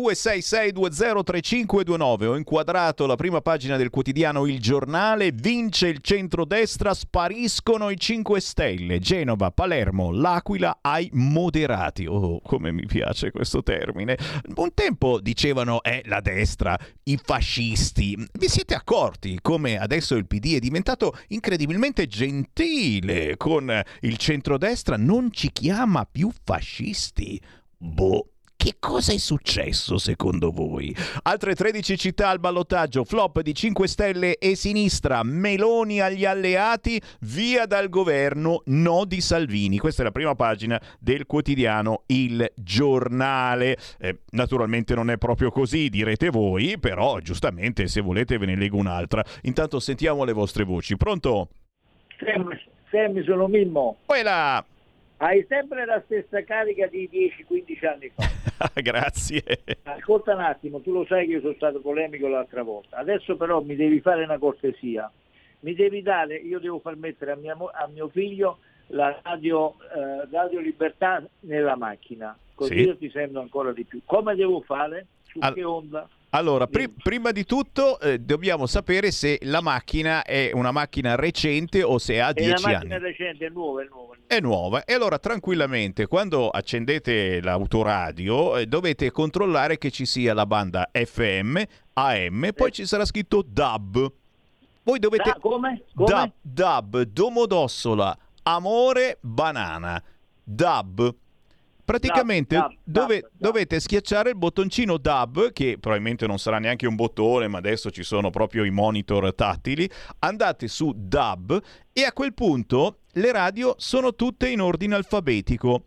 0266203529. Ho inquadrato la prima pagina del quotidiano Il Giornale. Vince il centrodestra, spariscono i 5 Stelle. Genova, Palermo, L'Aquila ai moderati. Oh, come mi piace questo termine. Un tempo dicevano la destra, i fascisti. Vi siete accorti come adesso il PD è diventato incredibilmente gentile con il centrodestra? Non ci chiama più fascisti. Boh, che cosa è successo secondo voi? Altre 13 città al ballottaggio, flop di 5 Stelle e sinistra, Meloni agli alleati, via dal governo, no di Salvini. Questa è la prima pagina del quotidiano Il Giornale. Naturalmente non è proprio così, direte voi, però giustamente se volete ve ne leggo un'altra. Intanto sentiamo le vostre voci. Pronto? Sammy, sono Mimmo. Quella! Hai sempre la stessa carica di 10-15 anni fa. Grazie. Ascolta un attimo, tu lo sai che io sono stato polemico l'altra volta. Adesso però mi devi fare una cortesia. Mi devi dare, io devo far mettere a mio figlio la radio Libertà nella macchina. Così sì. Io ti sento ancora di più. Come devo fare? Su che onda? Allora, prima di tutto dobbiamo sapere se la macchina è una macchina recente o se ha 10 anni. È una macchina recente, è nuova. È nuova. E allora tranquillamente, quando accendete l'autoradio, dovete controllare che ci sia la banda FM, AM, poi ci sarà scritto DAB. Voi dovete... Come? DAB, Domodossola, Amore, Banana. DAB. Praticamente dovete schiacciare il bottoncino DAB, che probabilmente non sarà neanche un bottone, ma adesso ci sono proprio i monitor tattili. Andate su DAB e a quel punto le radio sono tutte in ordine alfabetico.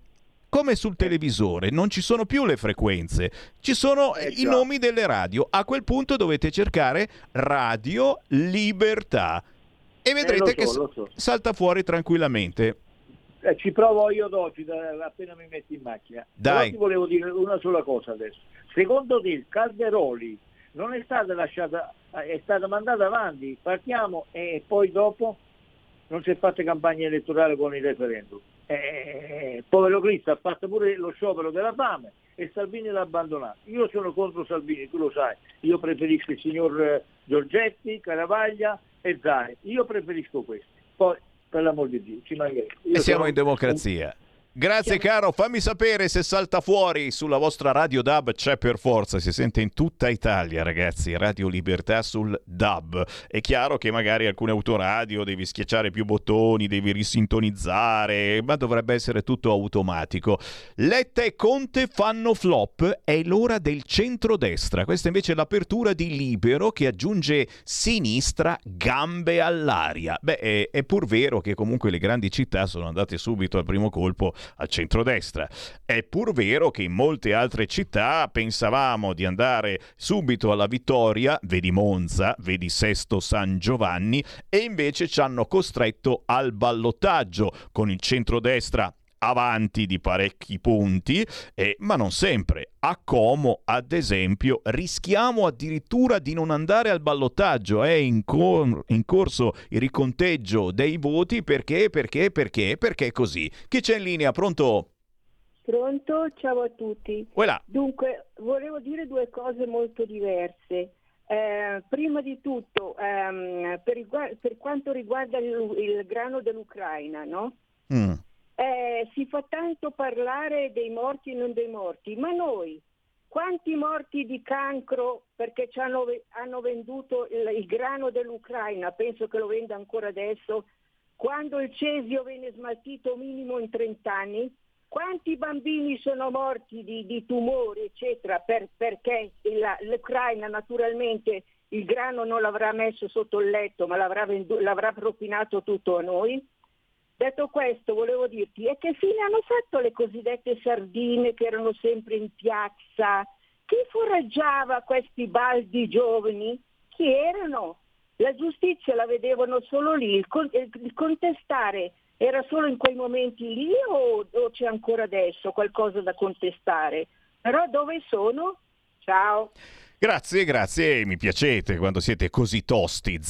come sul televisore, non ci sono più le frequenze, ci sono i nomi delle radio. A quel punto dovete cercare Radio Libertà e vedrete che salta fuori tranquillamente. Ci provo io oggi, appena mi metti in macchina. Dai. Però ti volevo dire una sola cosa adesso. Secondo te il Calderoli non è stata lasciata, è stata mandata avanti, partiamo e poi dopo non si è fatta campagna elettorale con il referendum. Povero Cristo ha fatto pure lo sciopero della fame e Salvini l'ha abbandonato. Io sono contro Salvini, tu lo sai, io preferisco il signor Giorgetti, Caravaglia e Zaia, io preferisco questi. Poi, per l'amor di Dio, ci mancherebbe. E siamo in democrazia. Grazie caro, fammi sapere se salta fuori sulla vostra radio DAB, c'è per forza, si sente in tutta Italia ragazzi, Radio Libertà sul DAB. È chiaro che magari alcune autoradio devi schiacciare più bottoni, devi risintonizzare, ma dovrebbe essere tutto automatico. Letta e Conte fanno flop, è l'ora del centrodestra. Questa invece è l'apertura di Libero che aggiunge sinistra gambe all'aria. Beh, è pur vero che comunque le grandi città sono andate subito al primo colpo al centrodestra. È pur vero che in molte altre città pensavamo di andare subito alla vittoria, vedi Monza, vedi Sesto San Giovanni, e invece ci hanno costretto al ballottaggio con il centrodestra avanti di parecchi punti, ma non sempre. A Como, ad esempio, rischiamo addirittura di non andare al ballottaggio. È in corso il riconteggio dei voti perché così. Chi c'è in linea? Pronto? Pronto? Ciao a tutti. Voilà. Dunque, volevo dire due cose molto diverse. Prima di tutto, per quanto riguarda il grano dell'Ucraina, no? Si fa tanto parlare dei morti e non dei morti, ma noi quanti morti di cancro perché hanno venduto il grano dell'Ucraina, penso che lo venda ancora adesso, quando il cesio viene smaltito minimo in 30 anni? Quanti bambini sono morti di tumori eccetera perché l'Ucraina naturalmente il grano non l'avrà messo sotto il letto ma l'avrà propinato tutto a noi? Detto questo, volevo dirti, e che fine hanno fatto le cosiddette sardine che erano sempre in piazza? Chi foraggiava questi baldi giovani? Chi erano? La giustizia la vedevano solo lì, il contestare era solo in quei momenti lì o c'è ancora adesso qualcosa da contestare? Però dove sono? Ciao. Grazie, mi piacete quando siete così tosti.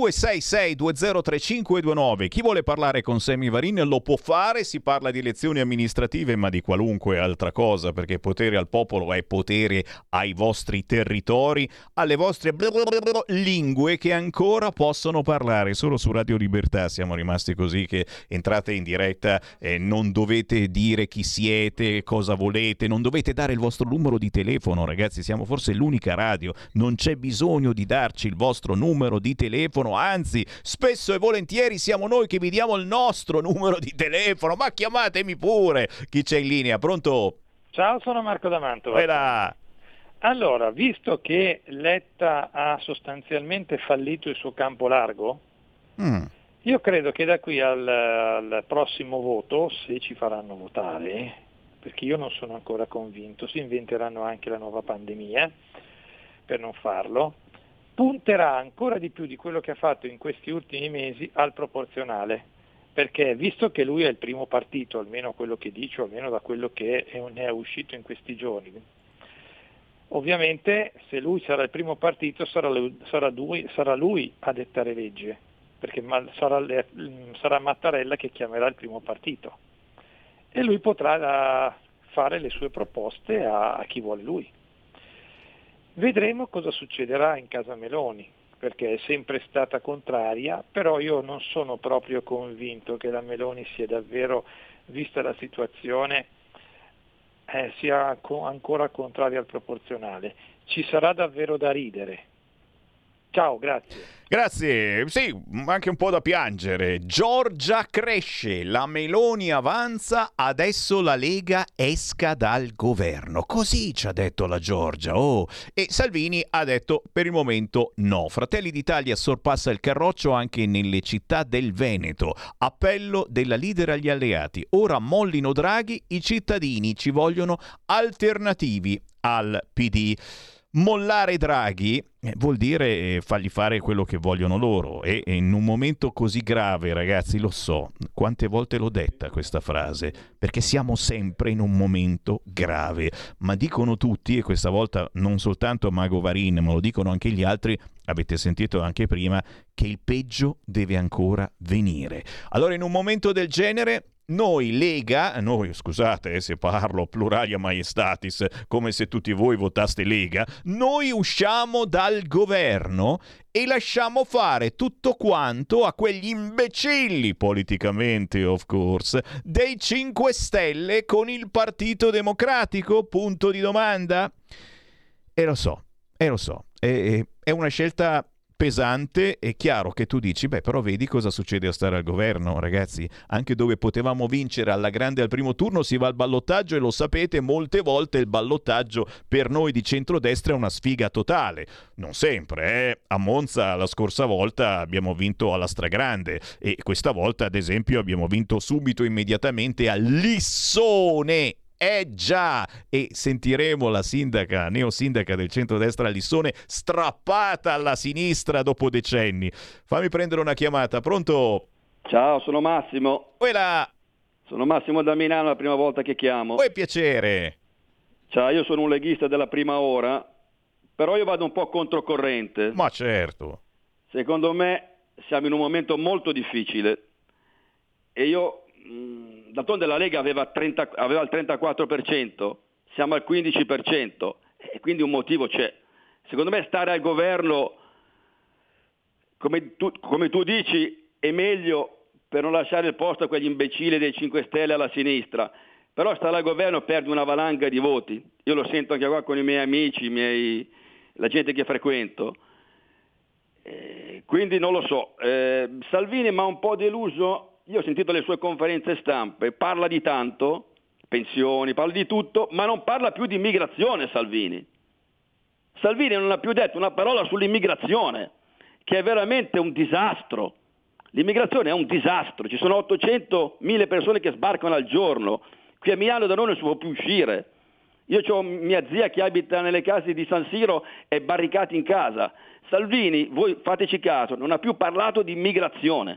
0266203529. Chi vuole parlare con Sammy Varin lo può fare, si parla di elezioni amministrative ma di qualunque altra cosa, perché potere al popolo è potere ai vostri territori, alle vostre lingue che ancora possono parlare. Solo su Radio Libertà siamo rimasti così che entrate in diretta e non dovete dire chi siete, cosa volete, non dovete dare il vostro numero di telefono, ragazzi, siamo forse l'unica radio, non c'è bisogno di darci il vostro numero di telefono, anzi spesso e volentieri siamo noi che vi diamo il nostro numero di telefono, ma chiamatemi pure. Chi c'è in linea? Pronto? Ciao, sono Marco da Mantova. Allora, visto che Letta ha sostanzialmente fallito il suo campo largo, io credo che da qui al prossimo voto, se ci faranno votare, perché io non sono ancora convinto, si inventeranno anche la nuova pandemia per non farlo, punterà ancora di più di quello che ha fatto in questi ultimi mesi al proporzionale, perché visto che lui è il primo partito, almeno quello che dice, o almeno da quello che ne è uscito in questi giorni, ovviamente se lui sarà il primo partito sarà lui a dettare legge, perché sarà Mattarella che chiamerà il primo partito e lui potrà fare le sue proposte a chi vuole lui. Vedremo cosa succederà in casa Meloni, perché è sempre stata contraria, però io non sono proprio convinto che la Meloni sia davvero, vista la situazione, sia ancora contraria al proporzionale. Ci sarà davvero da ridere, Ciao, grazie. Grazie, sì, anche un po' da piangere. Giorgia cresce, la Meloni avanza, adesso la Lega esca dal governo. Così ci ha detto la Giorgia. E Salvini ha detto per il momento no. Fratelli d'Italia sorpassa il carroccio anche nelle città del Veneto. Appello della leader agli alleati. Ora mollino Draghi, i cittadini ci vogliono alternativi al PD. Mollare Draghi vuol dire fargli fare quello che vogliono loro e in un momento così grave, ragazzi, lo so, quante volte l'ho detta questa frase, perché siamo sempre in un momento grave, ma dicono tutti, e questa volta non soltanto Mago Varin, ma lo dicono anche gli altri, avete sentito anche prima, che il peggio deve ancora venire. Allora in un momento del genere noi Lega, scusate se parlo pluralia maiestatis, come se tutti voi votaste Lega, noi usciamo dal governo e lasciamo fare tutto quanto a quegli imbecilli, politicamente of course, dei 5 Stelle con il Partito Democratico? Punto di domanda. E lo so, è una scelta pesante. È chiaro che tu dici, però vedi cosa succede a stare al governo, ragazzi, anche dove potevamo vincere alla grande al primo turno si va al ballottaggio e lo sapete, molte volte il ballottaggio per noi di centrodestra è una sfiga totale, non sempre, a Monza la scorsa volta abbiamo vinto alla stragrande e questa volta ad esempio abbiamo vinto subito immediatamente a Lissone. Già, e sentiremo la neosindaca del centrodestra Lissone strappata alla sinistra dopo decenni. Fammi prendere una chiamata, pronto? Ciao, sono Massimo. Sono Massimo da Milano, la prima volta che chiamo. Piacere. Ciao, io sono un leghista della prima ora, però io vado un po' controcorrente. Ma certo. Secondo me siamo in un momento molto difficile e io... D'altronde la Lega aveva il 34%, siamo al 15% e quindi un motivo c'è. Secondo me stare al governo, come tu dici, è meglio per non lasciare il posto a quegli imbecilli dei 5 Stelle alla sinistra, però stare al governo perde una valanga di voti. Io lo sento anche qua con i miei amici, la gente che frequento. Quindi non lo so. Salvini mi ha un po' deluso. Io ho sentito le sue conferenze stampe, parla di tanto, pensioni, parla di tutto, ma non parla più di immigrazione Salvini. Salvini non ha più detto una parola sull'immigrazione, che è veramente un disastro. L'immigrazione è un disastro, ci sono 800.000 persone che sbarcano al giorno, qui a Milano da noi non si può più uscire. Io ho mia zia che abita nelle case di San Siro e barricati in casa. Salvini, voi fateci caso, non ha più parlato di immigrazione.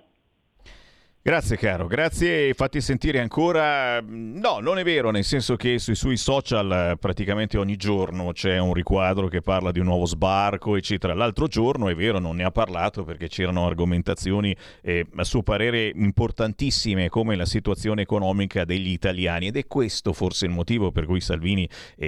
Grazie caro, grazie, fatti sentire ancora. No, non è vero, nel senso che sui social praticamente ogni giorno c'è un riquadro che parla di un nuovo sbarco eccetera. L'altro giorno è vero, non ne ha parlato perché c'erano argomentazioni a suo parere importantissime come la situazione economica degli italiani ed è questo forse il motivo per cui Salvini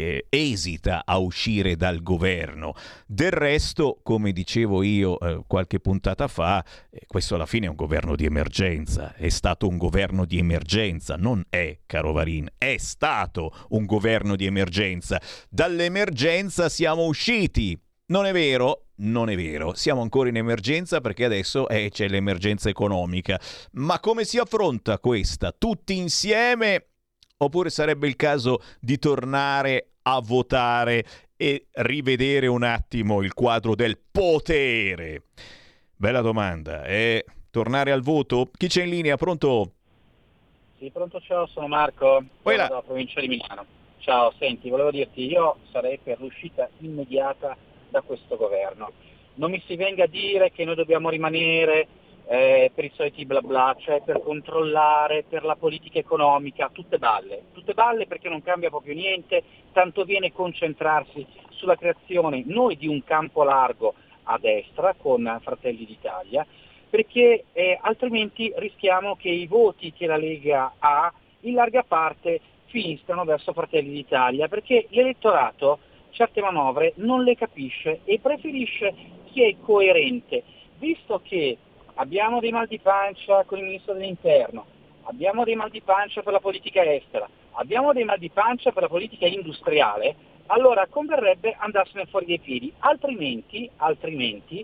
esita a uscire dal governo. Del resto, come dicevo io qualche puntata fa, questo alla fine è un governo di emergenza. È stato un governo di emergenza, non è, caro Varin, è stato un governo di emergenza. Dall'emergenza siamo usciti. Non è vero? Non è vero. Siamo ancora in emergenza perché adesso c'è l'emergenza economica. Ma come si affronta questa? Tutti insieme? Oppure sarebbe il caso di tornare a votare e rivedere un attimo il quadro del potere? Bella domanda, tornare al voto? Chi c'è in linea? Pronto? Sì, pronto, ciao, sono Marco, dalla provincia di Milano. Ciao, senti, volevo dirti, io sarei per l'uscita immediata da questo governo. Non mi si venga a dire che noi dobbiamo rimanere per i soliti bla bla, cioè per controllare, per la politica economica, tutte balle perché non cambia proprio niente, tanto viene concentrarsi sulla creazione noi di un campo largo a destra con Fratelli d'Italia, perché altrimenti rischiamo che i voti che la Lega ha in larga parte finiscano verso Fratelli d'Italia, perché l'elettorato certe manovre non le capisce e preferisce chi è coerente, visto che abbiamo dei mal di pancia con il Ministro dell'Interno, abbiamo dei mal di pancia per la politica estera, abbiamo dei mal di pancia per la politica industriale, allora converrebbe andarsene fuori dai piedi, altrimenti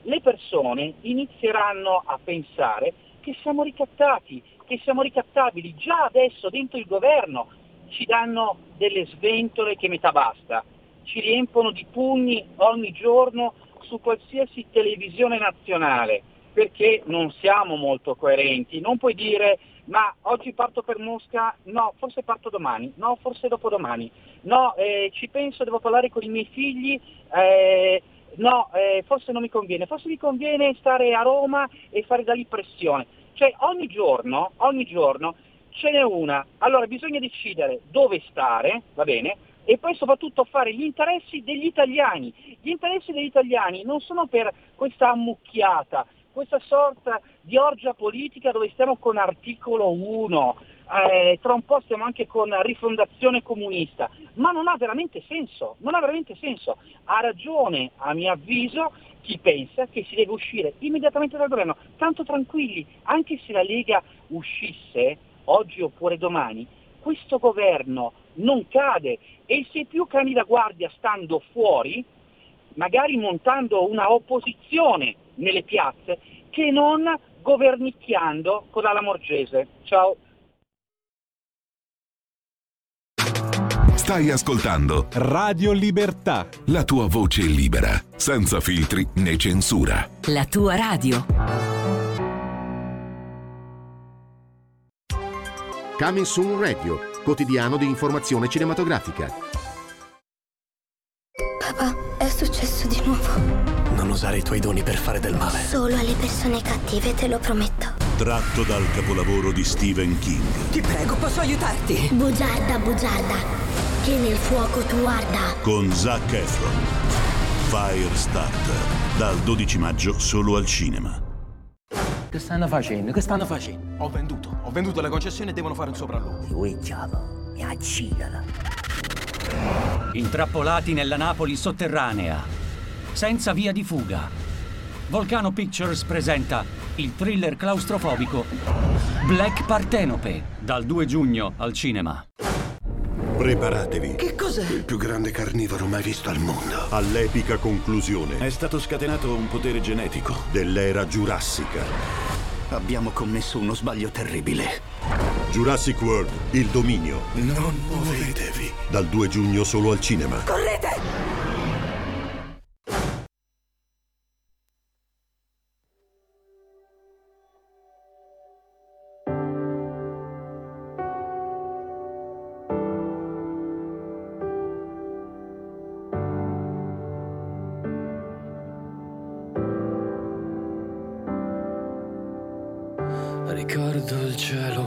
le persone inizieranno a pensare che siamo ricattati, che siamo ricattabili. Già adesso dentro il governo ci danno delle sventole che metà basta, ci riempono di pugni ogni giorno su qualsiasi televisione nazionale, perché non siamo molto coerenti. Non puoi dire ma oggi parto per Mosca, no, forse parto domani, no, forse dopodomani, no, ci penso, devo parlare con i miei figli, no, forse non mi conviene, forse mi conviene stare a Roma e fare da lì pressione. Cioè ogni giorno ce n'è una. Allora bisogna decidere dove stare, va bene? E poi soprattutto fare gli interessi degli italiani. Gli interessi degli italiani non sono per questa ammucchiata, questa sorta di orgia politica dove stiamo con articolo 1, tra un po' stiamo anche con rifondazione comunista, ma non ha veramente senso, Ha ragione, a mio avviso, chi pensa che si deve uscire immediatamente dal governo, tanto tranquilli, anche se la Lega uscisse oggi oppure domani, questo governo non cade, e se più cani da guardia stando fuori, magari montando una opposizione nelle piazze, che non governicchiando con la Lamorgese. Ciao. Stai ascoltando Radio Libertà, la tua voce libera, senza filtri né censura. La tua radio. Coming Soon Radio, quotidiano di informazione cinematografica. Papà, è successo di nuovo. Non usare i tuoi doni per fare del male. Solo alle persone cattive, te lo prometto. Tratto dal capolavoro di Stephen King. Ti prego, posso aiutarti? Bugiarda, che nel fuoco tu arda. Con Zac Efron. Firestarter. Dal 12 maggio solo al cinema. Che stanno facendo? Ho venduto la concessione e devono fare un sopralluogo. Mi accidala. Intrappolati nella Napoli sotterranea, senza via di fuga. Volcano Pictures presenta il thriller claustrofobico Black Partenope, dal 2 giugno al cinema. Preparatevi. Che cos'è? Il più grande carnivoro mai visto al mondo. All'epica conclusione. È stato scatenato un potere genetico dell'era giurassica. Abbiamo commesso uno sbaglio terribile. Jurassic World, il dominio. Non muovetevi. Dal 2 giugno solo al cinema. Correte! Ricordo il cielo,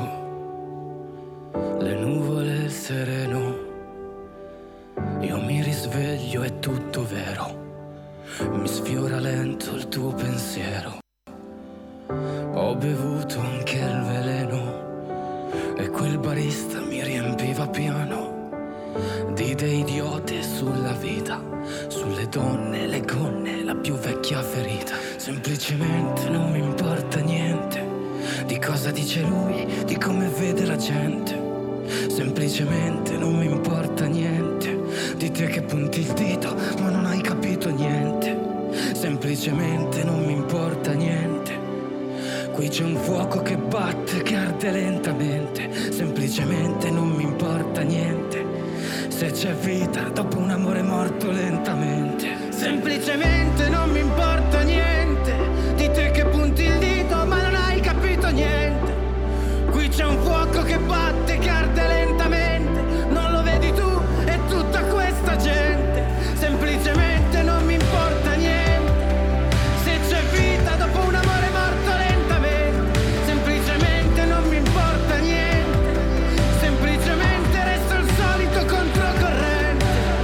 le nuvole e il sereno. Io mi risveglio, è tutto vero. Mi sfiora lento il tuo pensiero. Ho bevuto anche il veleno e quel barista mi riempiva piano di idee idiote sulla vita, sulle donne, le gonne, la più vecchia ferita. Semplicemente non mi importa niente di cosa dice lui, di come vede la gente. Semplicemente non mi importa niente di te che punti il dito ma non hai capito niente. Semplicemente non mi importa niente. Qui c'è un fuoco che batte, che arde lentamente. Semplicemente non mi importa niente se c'è vita dopo un amore morto lentamente. Semplicemente non mi importa niente di te che punti il dito ma non hai capito niente. Qui c'è un fuoco che batte, che arde lentamente. Non lo vedi tu e tutta questa gente. Semplicemente non mi importa niente se c'è vita dopo un amore morto lentamente. Semplicemente non mi importa niente. Semplicemente resto il solito controcorrente.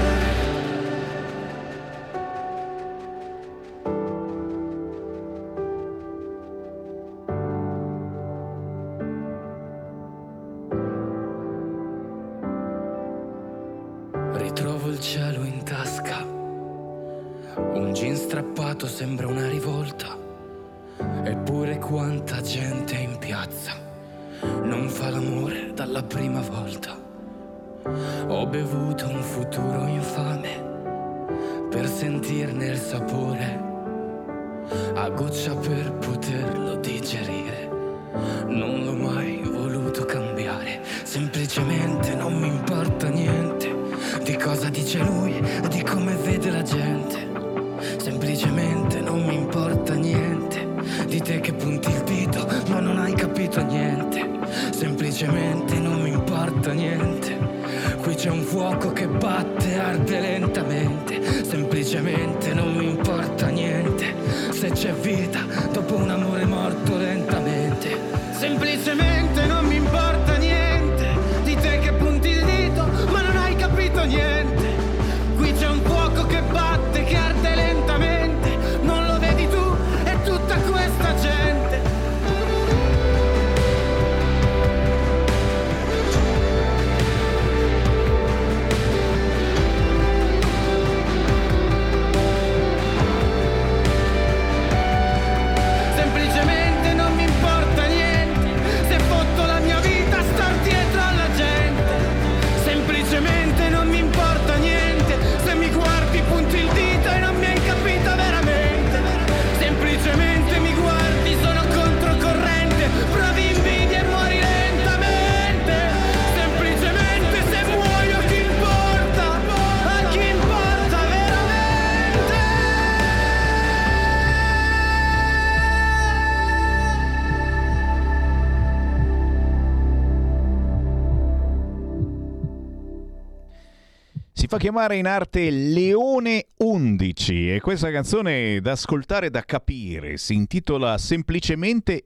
Ritrovo il cielo in tasca, un jean strappato sembra una rivolta. Eppure quanta gente in piazza non fa l'amore dalla prima volta. Ho bevuto un futuro infame per sentirne il sapore. a goccia per poterlo digerire. Non l'ho mai voluto cambiare, semplicemente non mi importa niente di cosa dice lui e di come vede la gente. Semplicemente non mi importa niente di te che punti il dito ma non hai capito niente. Semplicemente non mi importa niente. Qui c'è un fuoco che batte e arde lentamente. Semplicemente non mi importa niente se c'è vita dopo un amore morto lentamente. Semplicemente non mi importa niente di te che punti il dito ma non hai capito niente. Qui c'è un fuoco che batte, che arde lentamente. Non lo vedi tu e tutta questa gente. Semplicemente non mi importa niente se fotto la mia vita a star dietro alla gente. Semplicemente non mi importa niente se mi guardi, punti il dito e non mi hai capito veramente. Semplicemente mi guardi, sono controcorrente, provi invidia e muori lentamente. Semplicemente se muoio chi importa? A chi importa veramente? Si fa chiamare in arte Leone 11 e questa canzone da ascoltare, da capire, si intitola semplicemente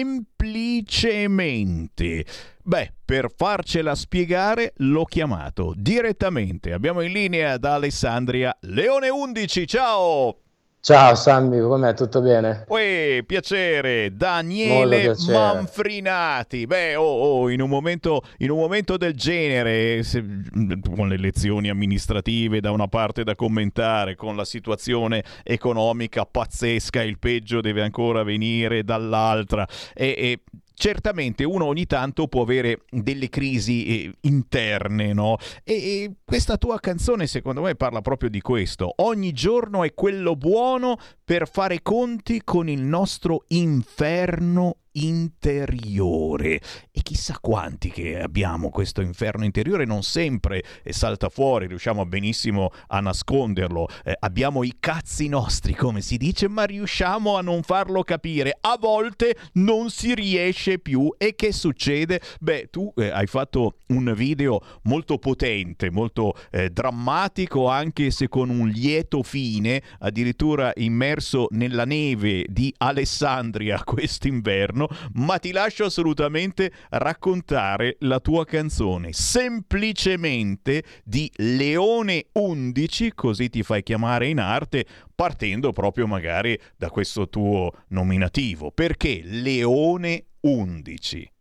Semplicemente. Beh, per farcela spiegare l'ho chiamato direttamente. Abbiamo in linea da Alessandria Leone 11, ciao! Ciao Sammy, com'è? Tutto bene? Uè, piacere, Daniele piacere. Manfrinati. Beh, in un momento del genere, con le elezioni amministrative da una parte da commentare, con la situazione economica pazzesca, il peggio deve ancora venire dall'altra, e certamente uno ogni tanto può avere delle crisi interne, no? E questa tua canzone secondo me parla proprio di questo. Ogni giorno è quello buono per fare conti con il nostro inferno interiore. E chissà quanti che abbiamo questo inferno interiore, non sempre salta fuori, riusciamo benissimo a nasconderlo, abbiamo i cazzi nostri, come si dice, ma riusciamo a non farlo capire. A volte non si riesce più. E che succede? Beh, tu hai fatto un video molto potente, molto drammatico, anche se con un lieto fine, addirittura immerso nella neve di Alessandria quest'inverno. Ma ti lascio assolutamente raccontare la tua canzone, semplicemente, di Leone 11, così ti fai chiamare in arte, partendo proprio magari da questo tuo nominativo. Perché Leone 11?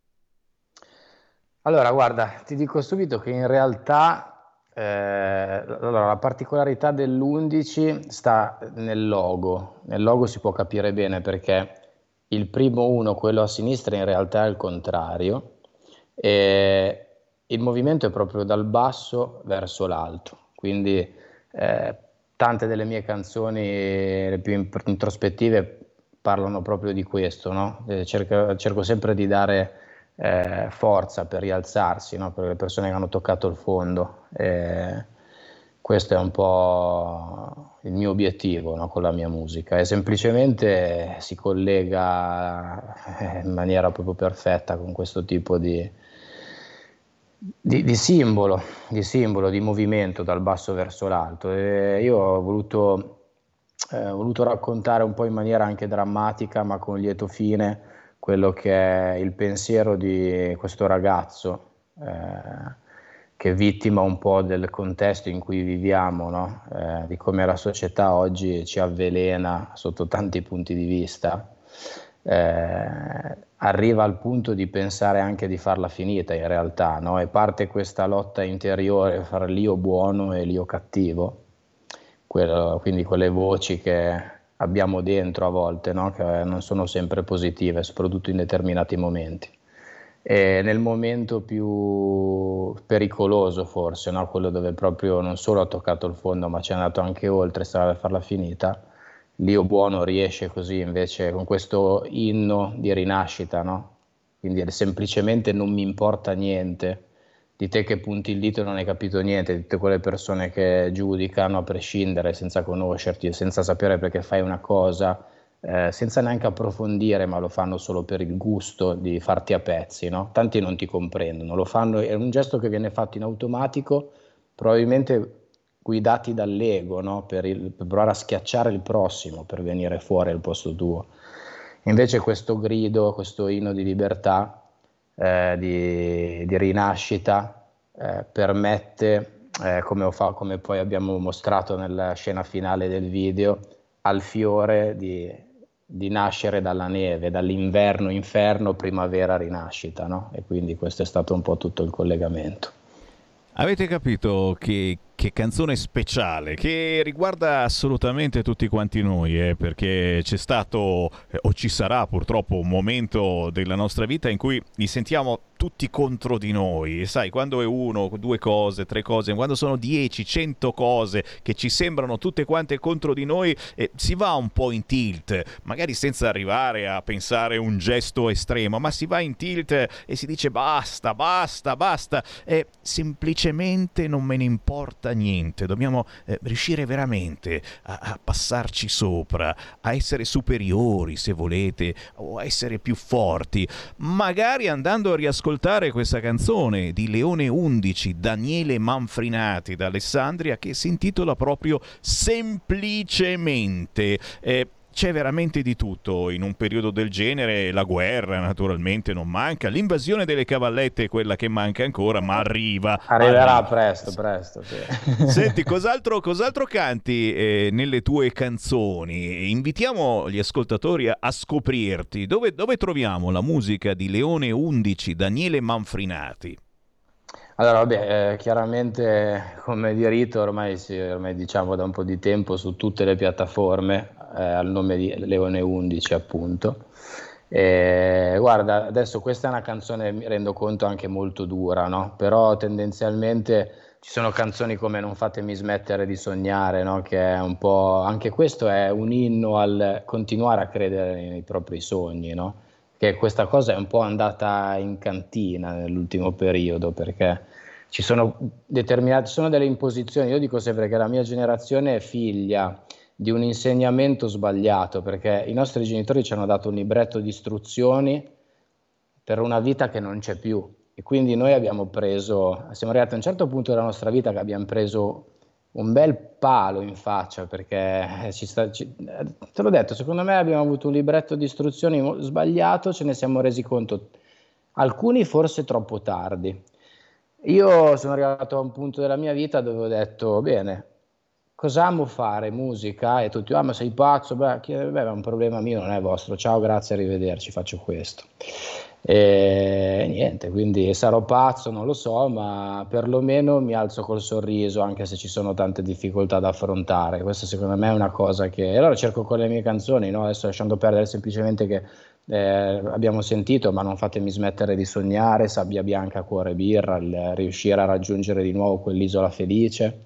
Allora, guarda, ti dico subito che in realtà la particolarità dell'11 sta nel logo. Nel logo si può capire bene perché il primo 1, quello a sinistra, in realtà è il contrario. E il movimento è proprio dal basso verso l'alto. Quindi tante delle mie canzoni le più introspettive parlano proprio di questo, no? Cerco sempre di dare forza per rialzarsi, no? Per le persone che hanno toccato il fondo. Questo è un po' il mio obiettivo, no, con la mia musica, e semplicemente si collega in maniera proprio perfetta con questo tipo di simbolo, di movimento dal basso verso l'alto. E io ho voluto raccontare un po' in maniera anche drammatica, ma con lieto fine, quello che è il pensiero di questo ragazzo che è vittima un po' del contesto in cui viviamo, no? Di come la società oggi ci avvelena sotto tanti punti di vista. Arriva al punto di pensare anche di farla finita in realtà, no? E parte questa lotta interiore fra l'io buono e l'io cattivo, quindi quelle voci che abbiamo dentro a volte, no? Che non sono sempre positive, soprattutto in determinati momenti. E nel momento più pericoloso forse, no? Quello dove proprio non solo ha toccato il fondo ma ci è andato anche oltre, stava per farla finita, l'Io buono riesce così invece con questo inno di rinascita, no? Quindi semplicemente non mi importa niente di te che punti il dito e non hai capito niente, di tutte quelle persone che giudicano a prescindere, senza conoscerti, senza sapere perché fai una cosa, senza neanche approfondire, ma lo fanno solo per il gusto di farti a pezzi, no? Tanti non ti comprendono, lo fanno, è un gesto che viene fatto in automatico, probabilmente guidati dall'ego, no? Per provare a schiacciare il prossimo, per venire fuori al posto tuo. Invece questo grido, questo inno di libertà, di rinascita, permette, come poi abbiamo mostrato nella scena finale del video, al fiore di nascere dalla neve, dall'inverno, inferno, primavera, rinascita, no? E quindi questo è stato un po' tutto il collegamento. Avete capito che canzone speciale, che riguarda assolutamente tutti quanti noi, perché c'è stato o ci sarà purtroppo un momento della nostra vita in cui li sentiamo tutti contro di noi, e sai, quando è uno, due cose, tre cose, quando sono 10, 100 cose che ci sembrano tutte quante contro di noi, si va un po' in tilt, magari senza arrivare a pensare un gesto estremo, ma si va in tilt e si dice basta, basta, basta, semplicemente non me ne importa niente, dobbiamo riuscire veramente a passarci sopra, a essere superiori se volete, o a essere più forti, magari andando a riascoltare questa canzone di Leone 11, Daniele Manfrinati da Alessandria, che si intitola proprio Semplicemente. C'è veramente di tutto in un periodo del genere, la guerra naturalmente non manca, l'invasione delle cavallette è quella che manca ancora, ma arriverà presto, sì. Senti, cos'altro canti nelle tue canzoni? Invitiamo gli ascoltatori a scoprirti. Dove troviamo la musica di Leone 11, Daniele Manfrinati? Allora, vabbè, chiaramente come di rito ormai diciamo da un po' di tempo su tutte le piattaforme, al nome di Leone 11 appunto. Guarda, adesso questa è una canzone, mi rendo conto, anche molto dura, no? Però tendenzialmente ci sono canzoni come Non fatemi smettere di sognare, no? Che è un po', anche questo è un inno al continuare a credere nei propri sogni, no? Che questa cosa è un po' andata in cantina nell'ultimo periodo, perché ci sono delle imposizioni. Io dico sempre che la mia generazione è figlia di un insegnamento sbagliato, perché i nostri genitori ci hanno dato un libretto di istruzioni per una vita che non c'è più, e quindi noi siamo arrivati a un certo punto della nostra vita che abbiamo preso un bel palo in faccia, perché te l'ho detto, secondo me abbiamo avuto un libretto di istruzioni sbagliato, ce ne siamo resi conto, alcuni forse troppo tardi. Io sono arrivato a un punto della mia vita dove ho detto, bene, cosa amo fare? Musica? E tutti, ma sei pazzo? Beh, è un problema mio, non è vostro, ciao, grazie, arrivederci, faccio questo. E niente, quindi sarò pazzo, non lo so, ma perlomeno mi alzo col sorriso, anche se ci sono tante difficoltà da affrontare. Questa secondo me è una cosa che allora cerco con le mie canzoni, no? Adesso lasciando perdere semplicemente che abbiamo sentito, ma non fatemi smettere di sognare, Sabbia bianca, cuore birra, il riuscire a raggiungere di nuovo quell'isola felice.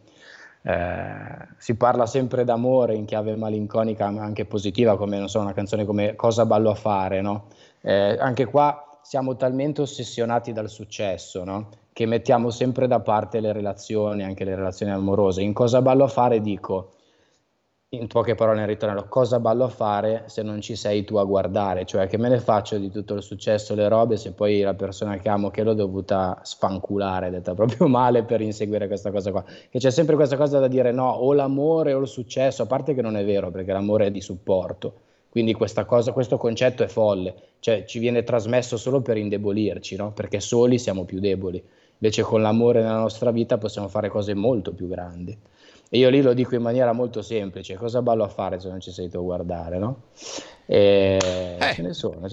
Si parla sempre d'amore in chiave malinconica, ma anche positiva, come non so, una canzone come Cosa ballo a fare, no? Anche qua siamo talmente ossessionati dal successo, no? Che mettiamo sempre da parte le relazioni, anche le relazioni amorose. In Cosa ballo a fare dico, in poche parole nel ritornello, cosa ballo a fare se non ci sei tu a guardare? Cioè, che me ne faccio di tutto il successo, le robe, se poi la persona che amo, che l'ho dovuta sfanculare, detta proprio male, per inseguire questa cosa qua. Che c'è sempre questa cosa da dire, no, o l'amore o il successo, a parte che non è vero, perché l'amore è di supporto. Quindi questo concetto è folle, cioè ci viene trasmesso solo per indebolirci, no? Perché soli siamo più deboli. Invece con l'amore nella nostra vita possiamo fare cose molto più grandi. E io lì lo dico in maniera molto semplice, cosa ballo a fare se non ci sei tu a guardare, no? Ce ne sono.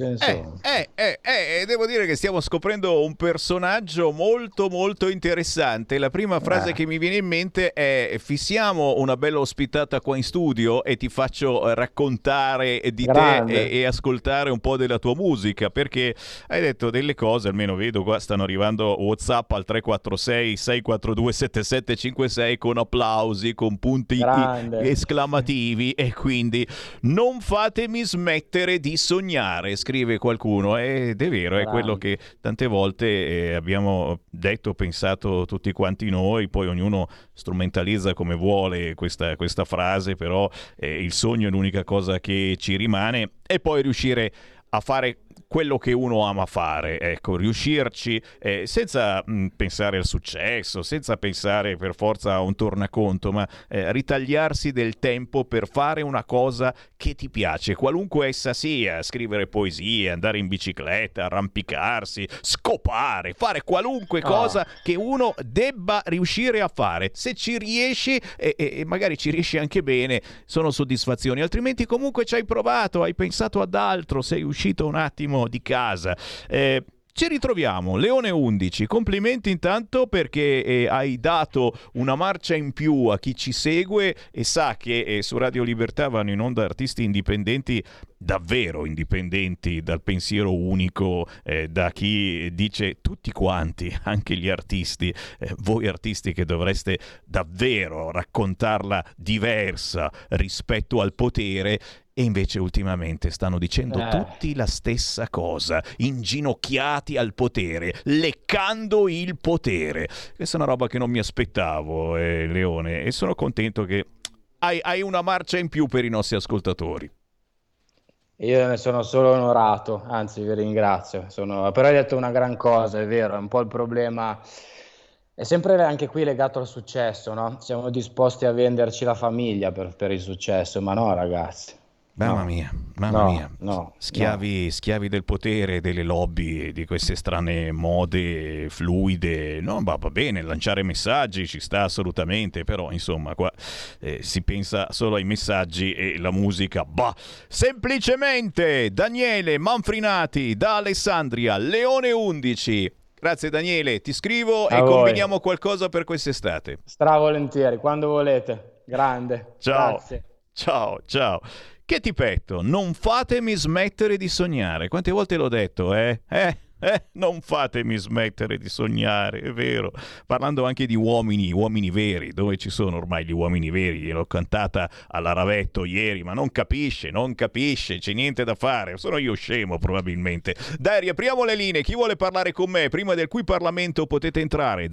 Devo dire che stiamo scoprendo un personaggio molto molto interessante. La prima frase che mi viene in mente è: fissiamo una bella ospitata qua in studio e ti faccio raccontare di te e ascoltare un po' della tua musica, perché hai detto delle cose, almeno vedo qua stanno arrivando WhatsApp al 346 642 7756 con applausi, con punti esclamativi, e quindi non fatemi smettere di sognare, scrive qualcuno, ed è vero, è quello che tante volte abbiamo detto, pensato tutti quanti noi, poi ognuno strumentalizza come vuole questa frase, però il sogno è l'unica cosa che ci rimane, e poi riuscire a fare quello che uno ama fare, ecco, riuscirci senza pensare al successo, senza pensare per forza a un tornaconto, ma ritagliarsi del tempo per fare una cosa che ti piace, qualunque essa sia: scrivere poesie, andare in bicicletta, arrampicarsi, scopare, fare qualunque cosa che uno debba riuscire a fare. Se ci riesci, e magari ci riesci anche bene, sono soddisfazioni, altrimenti comunque ci hai provato, hai pensato ad altro, sei uscito un attimo di casa. Ci ritroviamo, Leone 11, complimenti intanto perché hai dato una marcia in più a chi ci segue e sa che su Radio Libertà vanno in onda artisti indipendenti, davvero indipendenti dal pensiero unico, da chi dice tutti quanti, anche gli artisti, voi artisti che dovreste davvero raccontarla diversa rispetto al potere. E invece ultimamente stanno dicendo tutti la stessa cosa, inginocchiati al potere, leccando il potere. Questa è una roba che non mi aspettavo, Leone, e sono contento che hai una marcia in più per i nostri ascoltatori. Io ne sono solo onorato, anzi vi ringrazio. Però hai detto una gran cosa, è vero, è un po' il problema. È sempre anche qui legato al successo, no? Siamo disposti a venderci la famiglia per il successo, ma no, ragazzi. Mamma mia. Schiavi del potere, delle lobby, di queste strane mode fluide. No, va bene, lanciare messaggi ci sta assolutamente, però insomma qua si pensa solo ai messaggi e la musica, semplicemente. Daniele Manfrinati da Alessandria, Leone 11. Grazie Daniele, ti scrivo e combiniamo qualcosa per quest'estate. Stravolentieri, quando volete. Grande. Ciao. Grazie. Ciao. Che ti petto, non fatemi smettere di sognare. Quante volte l'ho detto, non fatemi smettere di sognare, è vero. Parlando anche di uomini veri, dove ci sono ormai gli uomini veri? L'ho cantata alla Ravetto ieri, ma non capisce, c'è niente da fare. Sono io scemo probabilmente. Dai, riapriamo le linee, chi vuole parlare con me prima del cui Parlamento potete entrare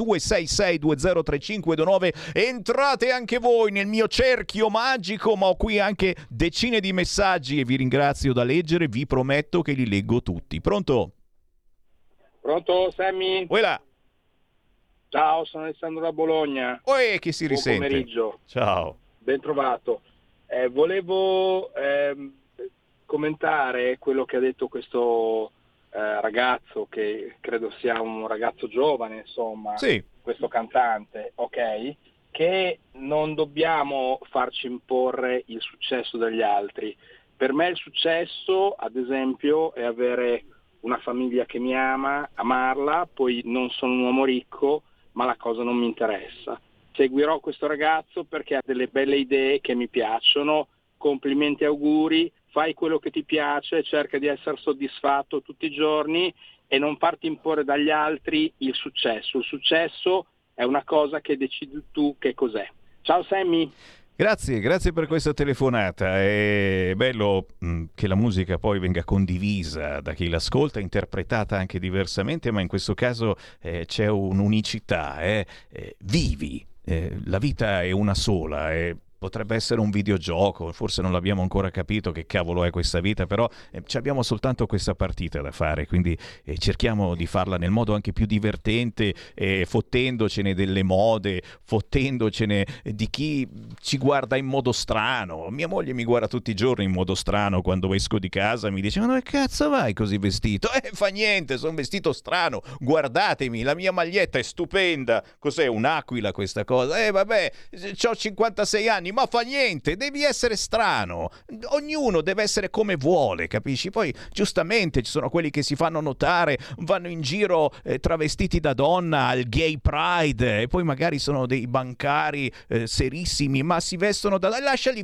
0266203529. Entrate anche voi nel mio cerchio magico, ma ho qui anche decine di messaggi e vi ringrazio da leggere, vi prometto che li leggo tutti. Pronto, Sammy? Là. Ciao, sono Alessandro da Bologna. Chi si risente? Buon pomeriggio. Ciao. Ben trovato. Volevo commentare quello che ha detto questo ragazzo, che credo sia un ragazzo giovane, insomma, sì. Questo cantante, ok? Che non dobbiamo farci imporre il successo degli altri. Per me il successo, ad esempio, è avere una famiglia che mi ama, amarla, poi non sono un uomo ricco, ma la cosa non mi interessa. Seguirò questo ragazzo perché ha delle belle idee che mi piacciono, complimenti e auguri, fai quello che ti piace, cerca di essere soddisfatto tutti i giorni e non farti imporre dagli altri il successo. Il successo è una cosa che decidi tu che cos'è. Ciao Sammy! Grazie per questa telefonata. È bello che la musica poi venga condivisa da chi l'ascolta, interpretata anche diversamente, ma in questo caso c'è un'unicità. Vivi, la vita è una sola, potrebbe essere un videogioco, forse non l'abbiamo ancora capito che cavolo è questa vita, però abbiamo soltanto questa partita da fare, quindi cerchiamo di farla nel modo anche più divertente, fottendocene delle mode, fottendocene di chi ci guarda in modo strano. Mia moglie mi guarda tutti i giorni in modo strano quando esco di casa, mi dice: ma dove cazzo vai così vestito? Fa niente, sono vestito strano, guardatemi, la mia maglietta è stupenda. Cos'è, un'aquila questa cosa? Vabbè, c'ho 56 anni, ma fa niente, devi essere strano, ognuno deve essere come vuole, capisci? Poi giustamente ci sono quelli che si fanno notare, vanno in giro travestiti da donna al gay pride e poi magari sono dei bancari serissimi, ma si vestono da... Lasciali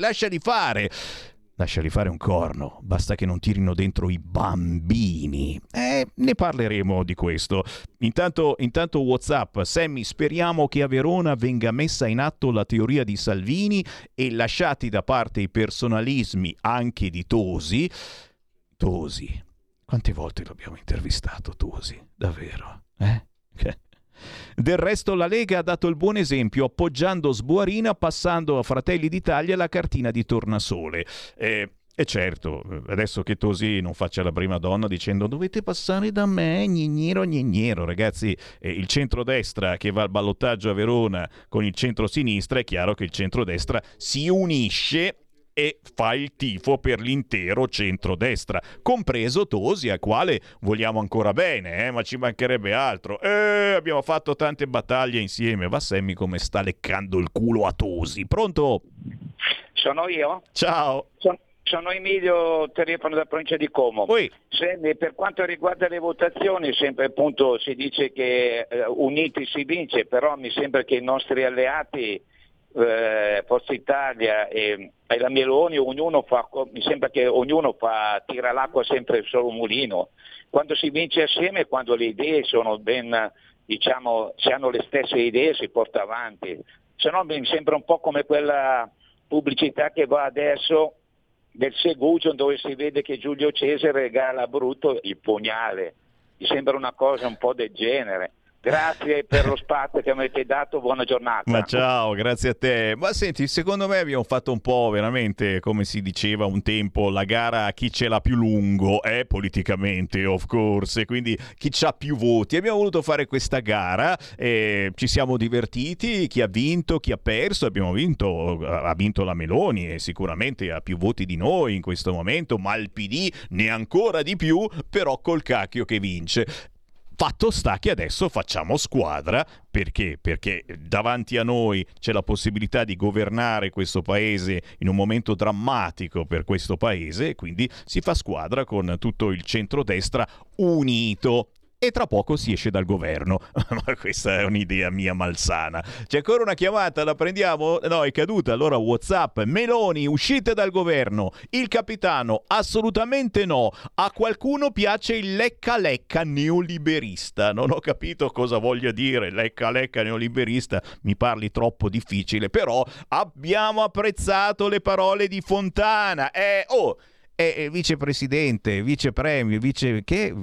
fare un corno, basta che non tirino dentro i bambini. Ne parleremo di questo. Intanto WhatsApp, Sammy, speriamo che a Verona venga messa in atto la teoria di Salvini e lasciati da parte i personalismi anche di Tosi. Tosi, quante volte l'abbiamo intervistato Tosi? Davvero? Del resto la Lega ha dato il buon esempio appoggiando Sboarina, passando a Fratelli d'Italia la cartina di tornasole. E certo, adesso che Tosi non faccia la prima donna dicendo dovete passare da me, gnignero, ragazzi, il centrodestra che va al ballottaggio a Verona con il centrosinistra, è chiaro che il centrodestra si unisce e fa il tifo per l'intero centrodestra, compreso Tosi, al quale vogliamo ancora bene, ma ci mancherebbe altro. Abbiamo fatto tante battaglie insieme. Va Sammy come sta leccando il culo a Tosi. Pronto? Sono io? Ciao. Sono Emilio, telefono da provincia di Como. Sammy, per quanto riguarda le votazioni, sempre appunto si dice che uniti si vince, però mi sembra che i nostri alleati Forza Italia e la Meloni, mi sembra che ognuno tira l'acqua sempre il suo mulino. Quando si vince assieme, quando le idee sono ben, diciamo, se hanno le stesse idee si porta avanti. Se no mi sembra un po' come quella pubblicità che va adesso del Segugio, dove si vede che Giulio Cesare regala a Bruto il pugnale. Mi sembra una cosa un po' del genere. Grazie per lo spazio che mi avete dato, buona giornata. Ma ciao, grazie a te. Ma senti, secondo me abbiamo fatto un po' veramente, come si diceva un tempo, la gara a chi ce l'ha più lungo, politicamente, of course, quindi chi c'ha più voti. Abbiamo voluto fare questa gara, ci siamo divertiti, chi ha vinto, chi ha perso, ha vinto la Meloni e sicuramente ha più voti di noi in questo momento, ma il PD ne ancora di più, però col cacchio che vince. Fatto sta che adesso facciamo squadra, perché davanti a noi c'è la possibilità di governare questo paese in un momento drammatico per questo paese, quindi si fa squadra con tutto il centrodestra unito. E tra poco si esce dal governo. Ma questa è un'idea mia malsana. C'è ancora una chiamata, la prendiamo? No, è caduta. Allora WhatsApp, Meloni, uscite dal governo. Il capitano, assolutamente no. A qualcuno piace il lecca neoliberista. Non ho capito cosa voglia dire lecca neoliberista. Mi parli troppo difficile. Però abbiamo apprezzato le parole di Fontana. Vicepresidente, vicepremio, vice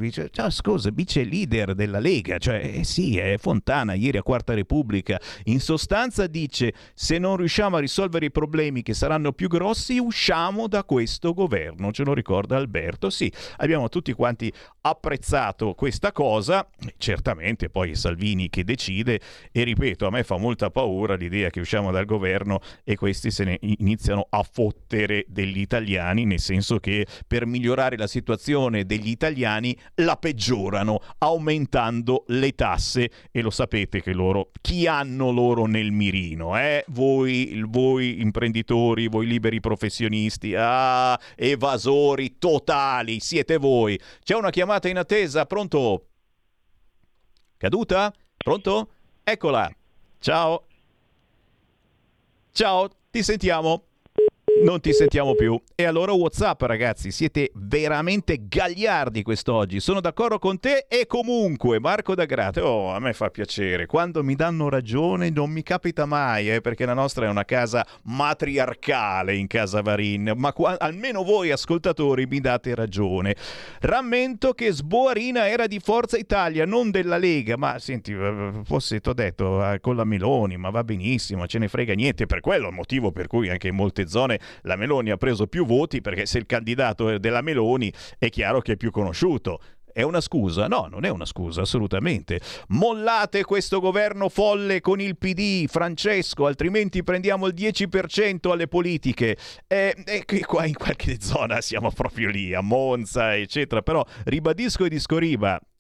leader della Lega, sì, è Fontana ieri a Quarta Repubblica. In sostanza dice: se non riusciamo a risolvere i problemi che saranno più grossi, usciamo da questo governo. Ce lo ricorda Alberto? Sì, abbiamo tutti quanti apprezzato questa cosa. Certamente poi è Salvini che decide e ripeto, a me fa molta paura l'idea che usciamo dal governo e questi se ne iniziano a fottere degli italiani, nel senso che per migliorare la situazione degli italiani la peggiorano aumentando le tasse, e lo sapete che chi hanno loro nel mirino? Voi imprenditori, voi liberi professionisti, evasori totali, siete voi. C'è una chiamata in attesa, pronto? Caduta? Pronto? Eccola. Ciao, ti sentiamo. Non ti sentiamo più. E allora WhatsApp, ragazzi, siete veramente gagliardi quest'oggi. Sono d'accordo con te e comunque Marco da Grate. A me fa piacere. Quando mi danno ragione non mi capita mai, perché la nostra è una casa matriarcale in Casa Varin, ma almeno voi ascoltatori mi date ragione. Rammento che Sboarina era di Forza Italia, non della Lega. Ma senti, forse t'ho detto con la Meloni, ma va benissimo, ce ne frega niente. Per quello il motivo per cui anche in molte zone la Meloni ha preso più voti, perché se il candidato è della Meloni è chiaro che è più conosciuto. È una scusa? No, non è una scusa, assolutamente. Mollate questo governo folle con il PD, Francesco, altrimenti prendiamo il 10% alle politiche. Qua in qualche zona siamo proprio lì, a Monza, eccetera. Però ribadisco e disco riba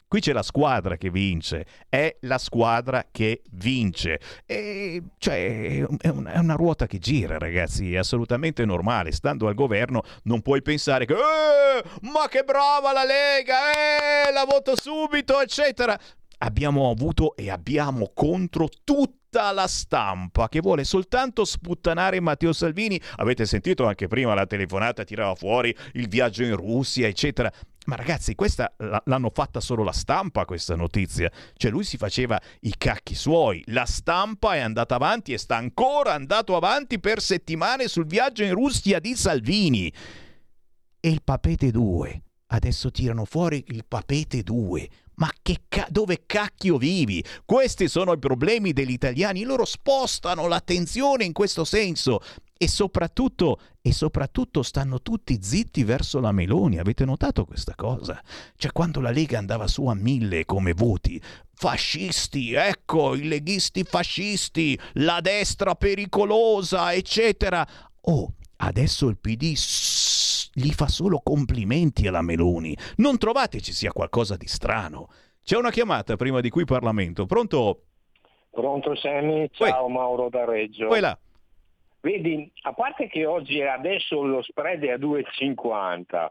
Qui c'è la squadra che vince, è la squadra che vince. E cioè è una ruota che gira, ragazzi, è assolutamente normale. Stando al governo non puoi pensare che ma che brava la Lega, la voto subito, eccetera. Abbiamo avuto e abbiamo contro tutta la stampa che vuole soltanto sputtanare Matteo Salvini. Avete sentito anche prima la telefonata, tirava fuori il viaggio in Russia, eccetera. Ma ragazzi, questa l'hanno fatta solo la stampa, questa notizia. Cioè lui si faceva i cacchi suoi. La stampa è andata avanti e sta ancora andato avanti per settimane sul viaggio in Russia di Salvini. E il Papete 2. Adesso tirano fuori il Papete 2. Ma dove cacchio vivi? Questi sono i problemi degli italiani. Loro spostano l'attenzione in questo senso. E soprattutto stanno tutti zitti verso la Meloni. Avete notato questa cosa? Cioè quando la Lega andava su a 1000 come voti, fascisti, ecco, i leghisti fascisti, la destra pericolosa, eccetera. Adesso il PD gli fa solo complimenti alla Meloni. Non trovate ci sia qualcosa di strano? C'è una chiamata prima di qui Parlamento. Pronto? Pronto Sammy, ciao. Mauro da Reggio. Poi là. Vedi, a parte che oggi adesso lo spread è a 2,50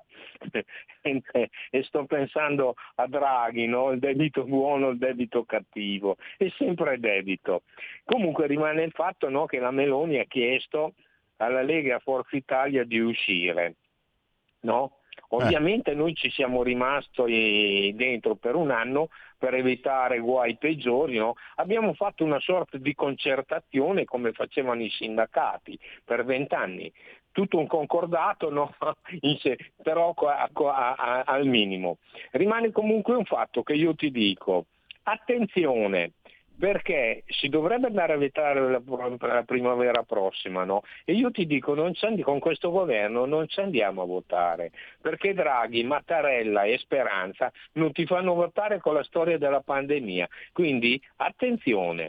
e sto pensando a Draghi, no? Il debito buono, il debito cattivo, è sempre debito. Comunque rimane il fatto, no, che la Meloni ha chiesto alla Lega e a Forza Italia di uscire, no? Ovviamente noi ci siamo rimasti dentro per un anno per evitare guai peggiori, no? Abbiamo fatto una sorta di concertazione come facevano i sindacati per 20 anni, tutto un concordato, no? Però al minimo. Rimane comunque un fatto che io ti dico, attenzione, perché si dovrebbe andare a votare la primavera prossima, no? E io ti dico, con questo governo non ci andiamo a votare, perché Draghi, Mattarella e Speranza non ti fanno votare con la storia della pandemia, quindi attenzione.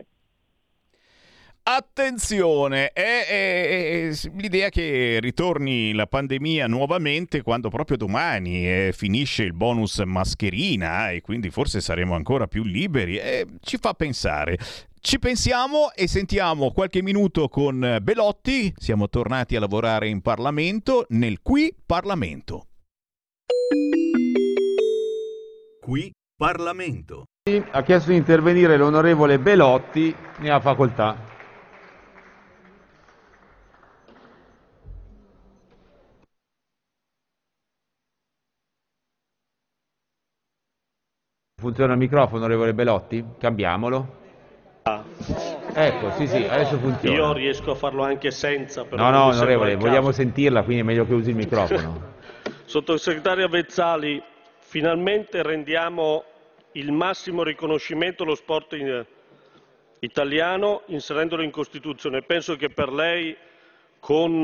Attenzione, è l'idea che ritorni la pandemia nuovamente quando proprio domani finisce il bonus mascherina e quindi forse saremo ancora più liberi. Ci fa pensare. Ci pensiamo e sentiamo qualche minuto con Belotti. Siamo tornati a lavorare in Parlamento nel Qui Parlamento. Qui Parlamento. Ha chiesto di intervenire l'onorevole Belotti, ne ha facoltà. Funziona il microfono, onorevole Belotti? Cambiamolo. Ecco, sì, adesso funziona. Io riesco a farlo anche senza. Però no, onorevole, vogliamo sentirla, quindi è meglio che usi il microfono. Sottosegretario Vezzali, finalmente rendiamo il massimo riconoscimento allo sport italiano inserendolo in Costituzione. Penso che per lei, con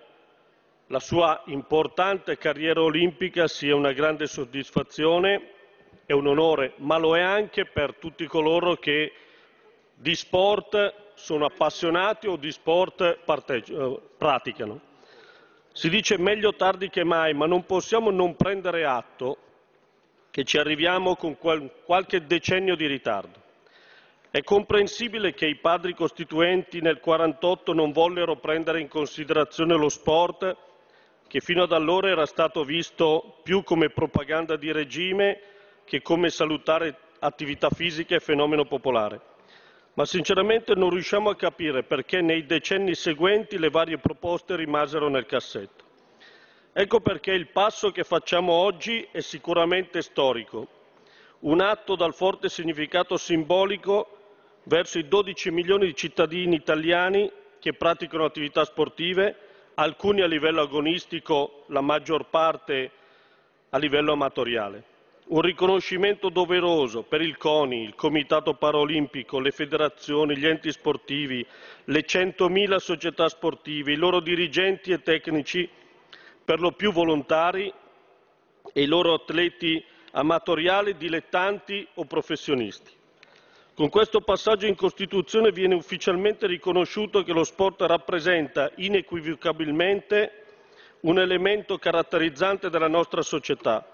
la sua importante carriera olimpica, sia una grande soddisfazione. È un onore, ma lo è anche per tutti coloro che di sport sono appassionati o di sport praticano. Si dice meglio tardi che mai, ma non possiamo non prendere atto che ci arriviamo con qualche decennio di ritardo. È comprensibile che i padri costituenti nel 1948 non vollero prendere in considerazione lo sport, che fino ad allora era stato visto più come propaganda di regime che come salutare attività fisica e fenomeno popolare. Ma sinceramente non riusciamo a capire perché nei decenni seguenti le varie proposte rimasero nel cassetto. Ecco perché il passo che facciamo oggi è sicuramente storico, un atto dal forte significato simbolico verso i 12 milioni di cittadini italiani che praticano attività sportive, alcuni a livello agonistico, la maggior parte a livello amatoriale. Un riconoscimento doveroso per il CONI, il Comitato Paraolimpico, le federazioni, gli enti sportivi, le 100.000 società sportive, i loro dirigenti e tecnici, per lo più volontari, e i loro atleti amatoriali, dilettanti o professionisti. Con questo passaggio in Costituzione viene ufficialmente riconosciuto che lo sport rappresenta inequivocabilmente un elemento caratterizzante della nostra società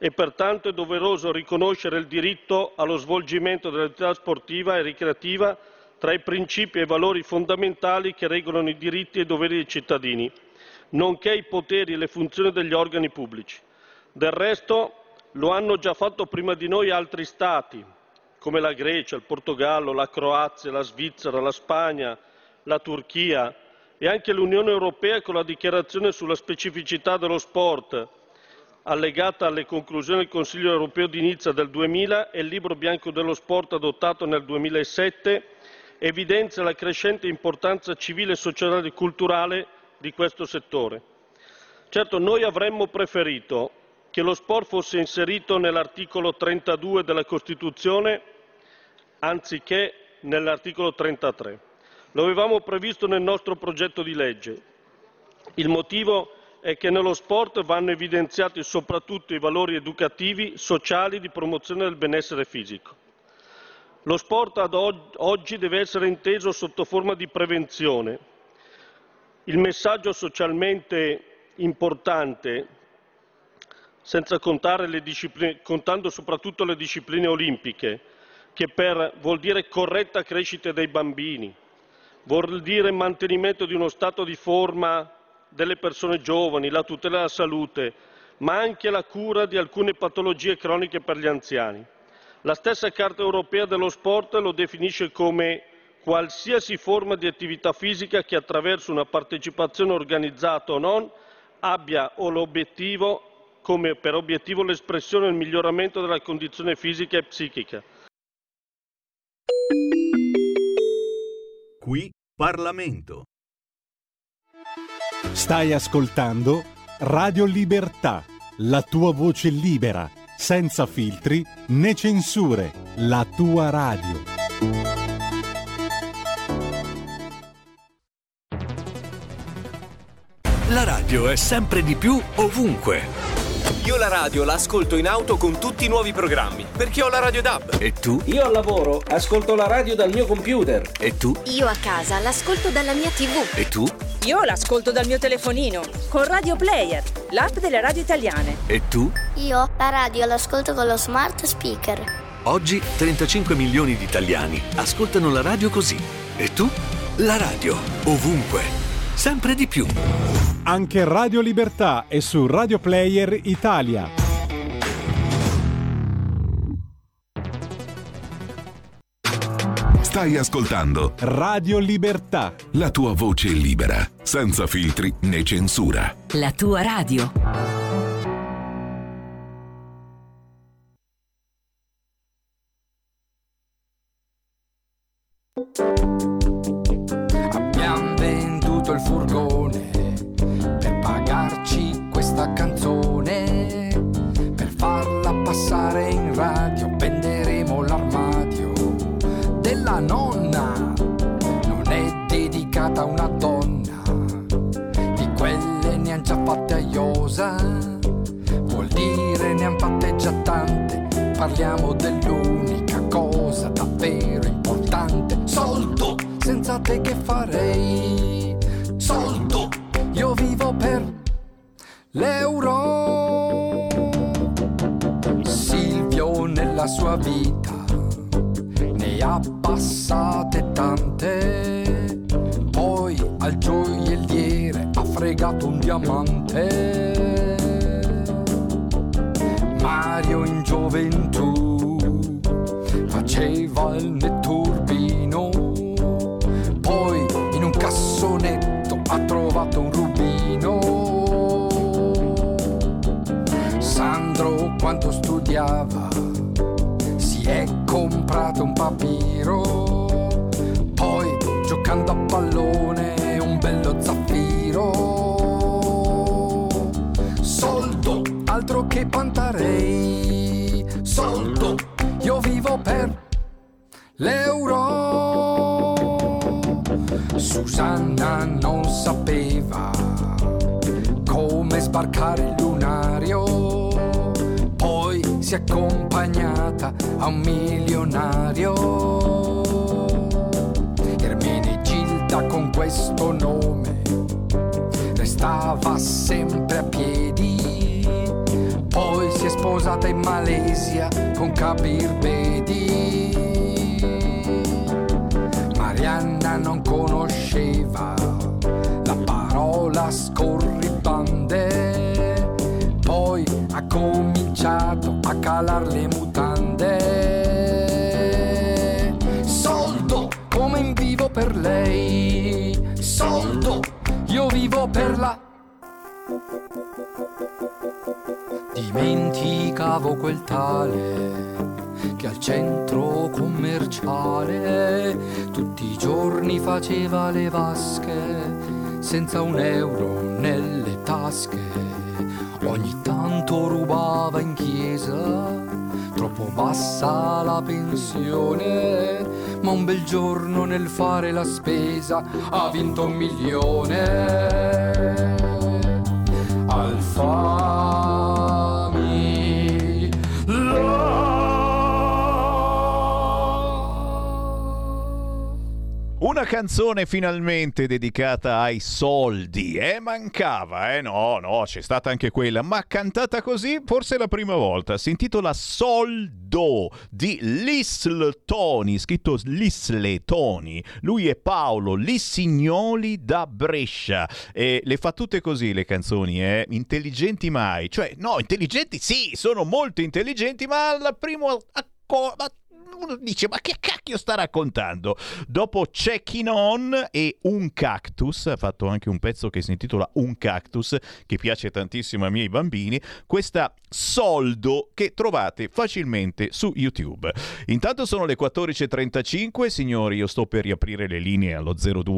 e pertanto è doveroso riconoscere il diritto allo svolgimento dell'attività sportiva e ricreativa tra i principi e i valori fondamentali che regolano i diritti e i doveri dei cittadini, nonché i poteri e le funzioni degli organi pubblici. Del resto lo hanno già fatto prima di noi altri Stati, come la Grecia, il Portogallo, la Croazia, la Svizzera, la Spagna, la Turchia e anche l'Unione Europea con la dichiarazione sulla specificità dello sport, allegata alle conclusioni del Consiglio Europeo di Nizza del 2000 e il Libro Bianco dello Sport adottato nel 2007, evidenzia la crescente importanza civile, sociale e culturale di questo settore. Certo, noi avremmo preferito che lo sport fosse inserito nell'articolo 32 della Costituzione anziché nell'articolo 33. Lo avevamo previsto nel nostro progetto di legge. Il motivo è che nello sport vanno evidenziati soprattutto i valori educativi, sociali, di promozione del benessere fisico. Lo sport ad oggi deve essere inteso sotto forma di prevenzione. Il messaggio socialmente importante, senza contare contando soprattutto le discipline olimpiche, che vuol dire corretta crescita dei bambini, vuol dire mantenimento di uno stato di forma delle persone giovani, la tutela della salute, ma anche la cura di alcune patologie croniche per gli anziani. La stessa Carta europea dello sport lo definisce come qualsiasi forma di attività fisica che attraverso una partecipazione organizzata o non abbia come per obiettivo l'espressione e il miglioramento della condizione fisica e psichica. Qui Parlamento. Stai ascoltando Radio Libertà, la tua voce libera, senza filtri né censure, la tua radio. La radio è sempre di più ovunque. Io la radio la ascolto in auto con tutti i nuovi programmi, perché ho la radio DAB. E tu? Io al lavoro ascolto la radio dal mio computer. E tu? Io a casa l'ascolto dalla mia TV. E tu? Io l'ascolto dal mio telefonino, con Radio Player, l'app delle radio italiane. E tu? Io la radio l'ascolto con lo smart speaker. Oggi 35 milioni di italiani ascoltano la radio così. E tu? La radio, ovunque, sempre di più. Anche Radio Libertà è su Radio Player Italia. Stai ascoltando Radio Libertà, la tua voce libera, senza filtri né censura. La tua radio. Abbiamo venduto il furgone per pagarci questa canzone, per farla passare in radio venderemo l'armadio della nonna. Non è dedicata a una donna, di quelle ne han già fatte a iosa, vuol dire ne han fatte già tante. Parliamo dell'unica cosa davvero importante. Soldo, senza te che farei? Soldo, io vivo per l'euro. Silvio nella sua vita ne ha passate tante, poi al gioielliere ha fregato un diamante. Mario in gioventù faceva il netturbino, poi in un cassonetto ha trovato un rubino. Sandro quando studiava si è comprato un papiro, poi giocando a pallone un bello zaffiro. Soldo, altro che Pantarei. Soldo, io vivo per l'euro. Susanna non sapeva come sbarcare il lunario, poi si è accompagnata a un milionario. Ermenegilda con questo nome restava sempre a piedi, poi si è sposata in Malesia con Kabir Bedi. Marianna non conosceva la parola scorribande, poi ha cominciato a calar le mutande. Soldo, come vivo per lei, soldo, io vivo per la... Dimenticavo quel tale che al centro commerciale tutti i giorni faceva le vasche senza un euro nelle tasche. Ogni tanto rubava in chiesa, troppo bassa la pensione, ma un bel giorno nel fare la spesa ha vinto 1 milione. Alfami una canzone finalmente dedicata ai soldi, mancava, no, c'è stata anche quella, ma cantata così forse è la prima volta. Si intitola Soldo di Lisle Toni, scritto Lisle Toni. Lui è Paolo Lissignoli da Brescia e le fa tutte così le canzoni, intelligenti mai, cioè no, intelligenti sì, sono molto intelligenti, ma al primo uno dice ma che cacchio sta raccontando? Dopo Checking On e Un Cactus, ha fatto anche un pezzo che si intitola Un Cactus, che piace tantissimo ai miei bambini, questa Soldo che trovate facilmente su YouTube. Intanto sono le 14.35, signori, io sto per riaprire le linee allo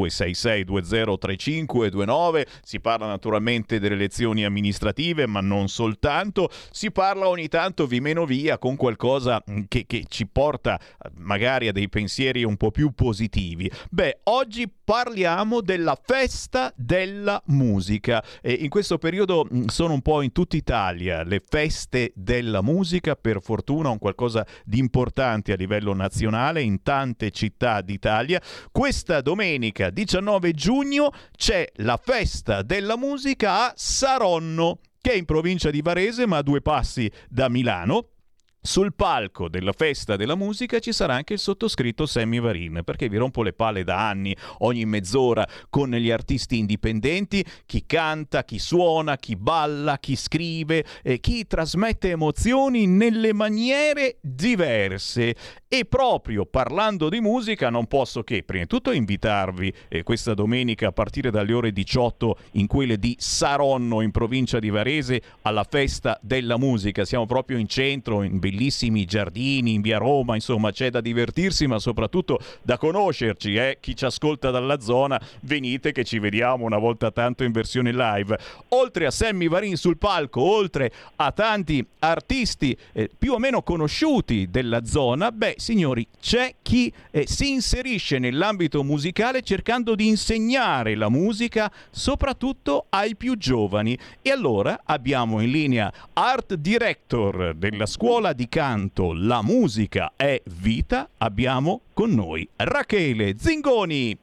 0266203529, si parla naturalmente delle elezioni amministrative, ma non soltanto, si parla ogni tanto vi meno via con qualcosa che ci porta magari a dei pensieri un po' più positivi. Beh, oggi parliamo della festa della musica e in questo periodo sono un po' in tutta Italia le feste della musica, per fortuna un qualcosa di importante a livello nazionale in tante città d'Italia. Questa domenica 19 giugno c'è la festa della musica a Saronno, che è in provincia di Varese ma a 2 passi da Milano. Sul palco della festa della musica ci sarà anche il sottoscritto Sammy Varin, perché vi rompo le palle da anni, ogni mezz'ora con gli artisti indipendenti, chi canta, chi suona, chi balla, chi scrive, chi trasmette emozioni nelle maniere diverse. E proprio parlando di musica non posso che prima di tutto invitarvi questa domenica a partire dalle ore 18 in quelle di Saronno in provincia di Varese alla festa della musica. Siamo proprio in centro, in bellissimi giardini, in via Roma, insomma c'è da divertirsi ma soprattutto da conoscerci. Chi ci ascolta dalla zona, venite che ci vediamo una volta tanto in versione live. Oltre a Sammy Varin sul palco, oltre a tanti artisti più o meno conosciuti della zona, beh signori, c'è chi si inserisce nell'ambito musicale cercando di insegnare la musica soprattutto ai più giovani. E allora abbiamo in linea Art Director della scuola di canto La Musica è Vita, abbiamo con noi Rachele Zingoni.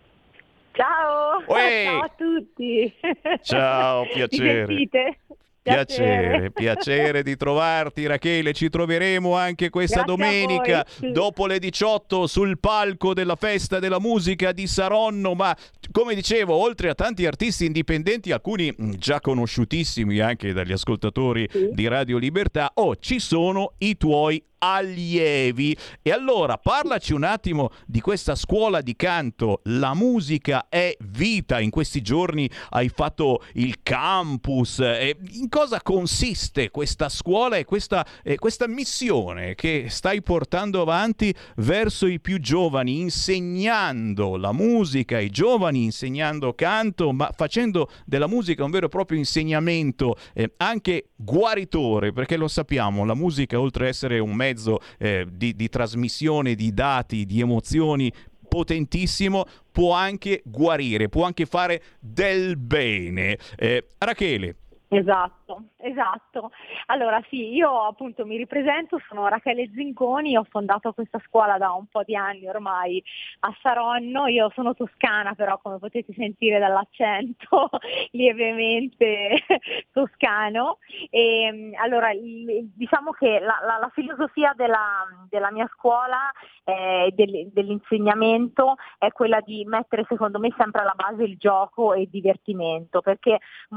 Ciao, ciao a tutti. Ciao, piacere. Mi sentite? Piacere di trovarti Rachele, ci troveremo anche questa domenica dopo le 18 sul palco della festa della musica di Saronno, ma come dicevo oltre a tanti artisti indipendenti, alcuni già conosciutissimi anche dagli ascoltatori di Radio Libertà, ci sono i tuoi allievi. E allora parlaci un attimo di questa scuola di canto La Musica è Vita. In questi giorni hai fatto il campus, in cosa consiste questa scuola e questa missione che stai portando avanti verso i più giovani, insegnando la musica ai giovani, insegnando canto, ma facendo della musica un vero e proprio insegnamento anche guaritore, perché lo sappiamo, la musica oltre a essere un mezzo di trasmissione di dati, di emozioni potentissimo, può anche guarire, può anche fare del bene. Rachele, Esatto. Allora sì, io appunto mi ripresento, sono Rachele Zingoni, ho fondato questa scuola da un po' di anni ormai a Saronno, io sono toscana però come potete sentire dall'accento lievemente toscano e allora diciamo che la filosofia della mia scuola dell'insegnamento è quella di mettere secondo me sempre alla base il gioco e il divertimento, perché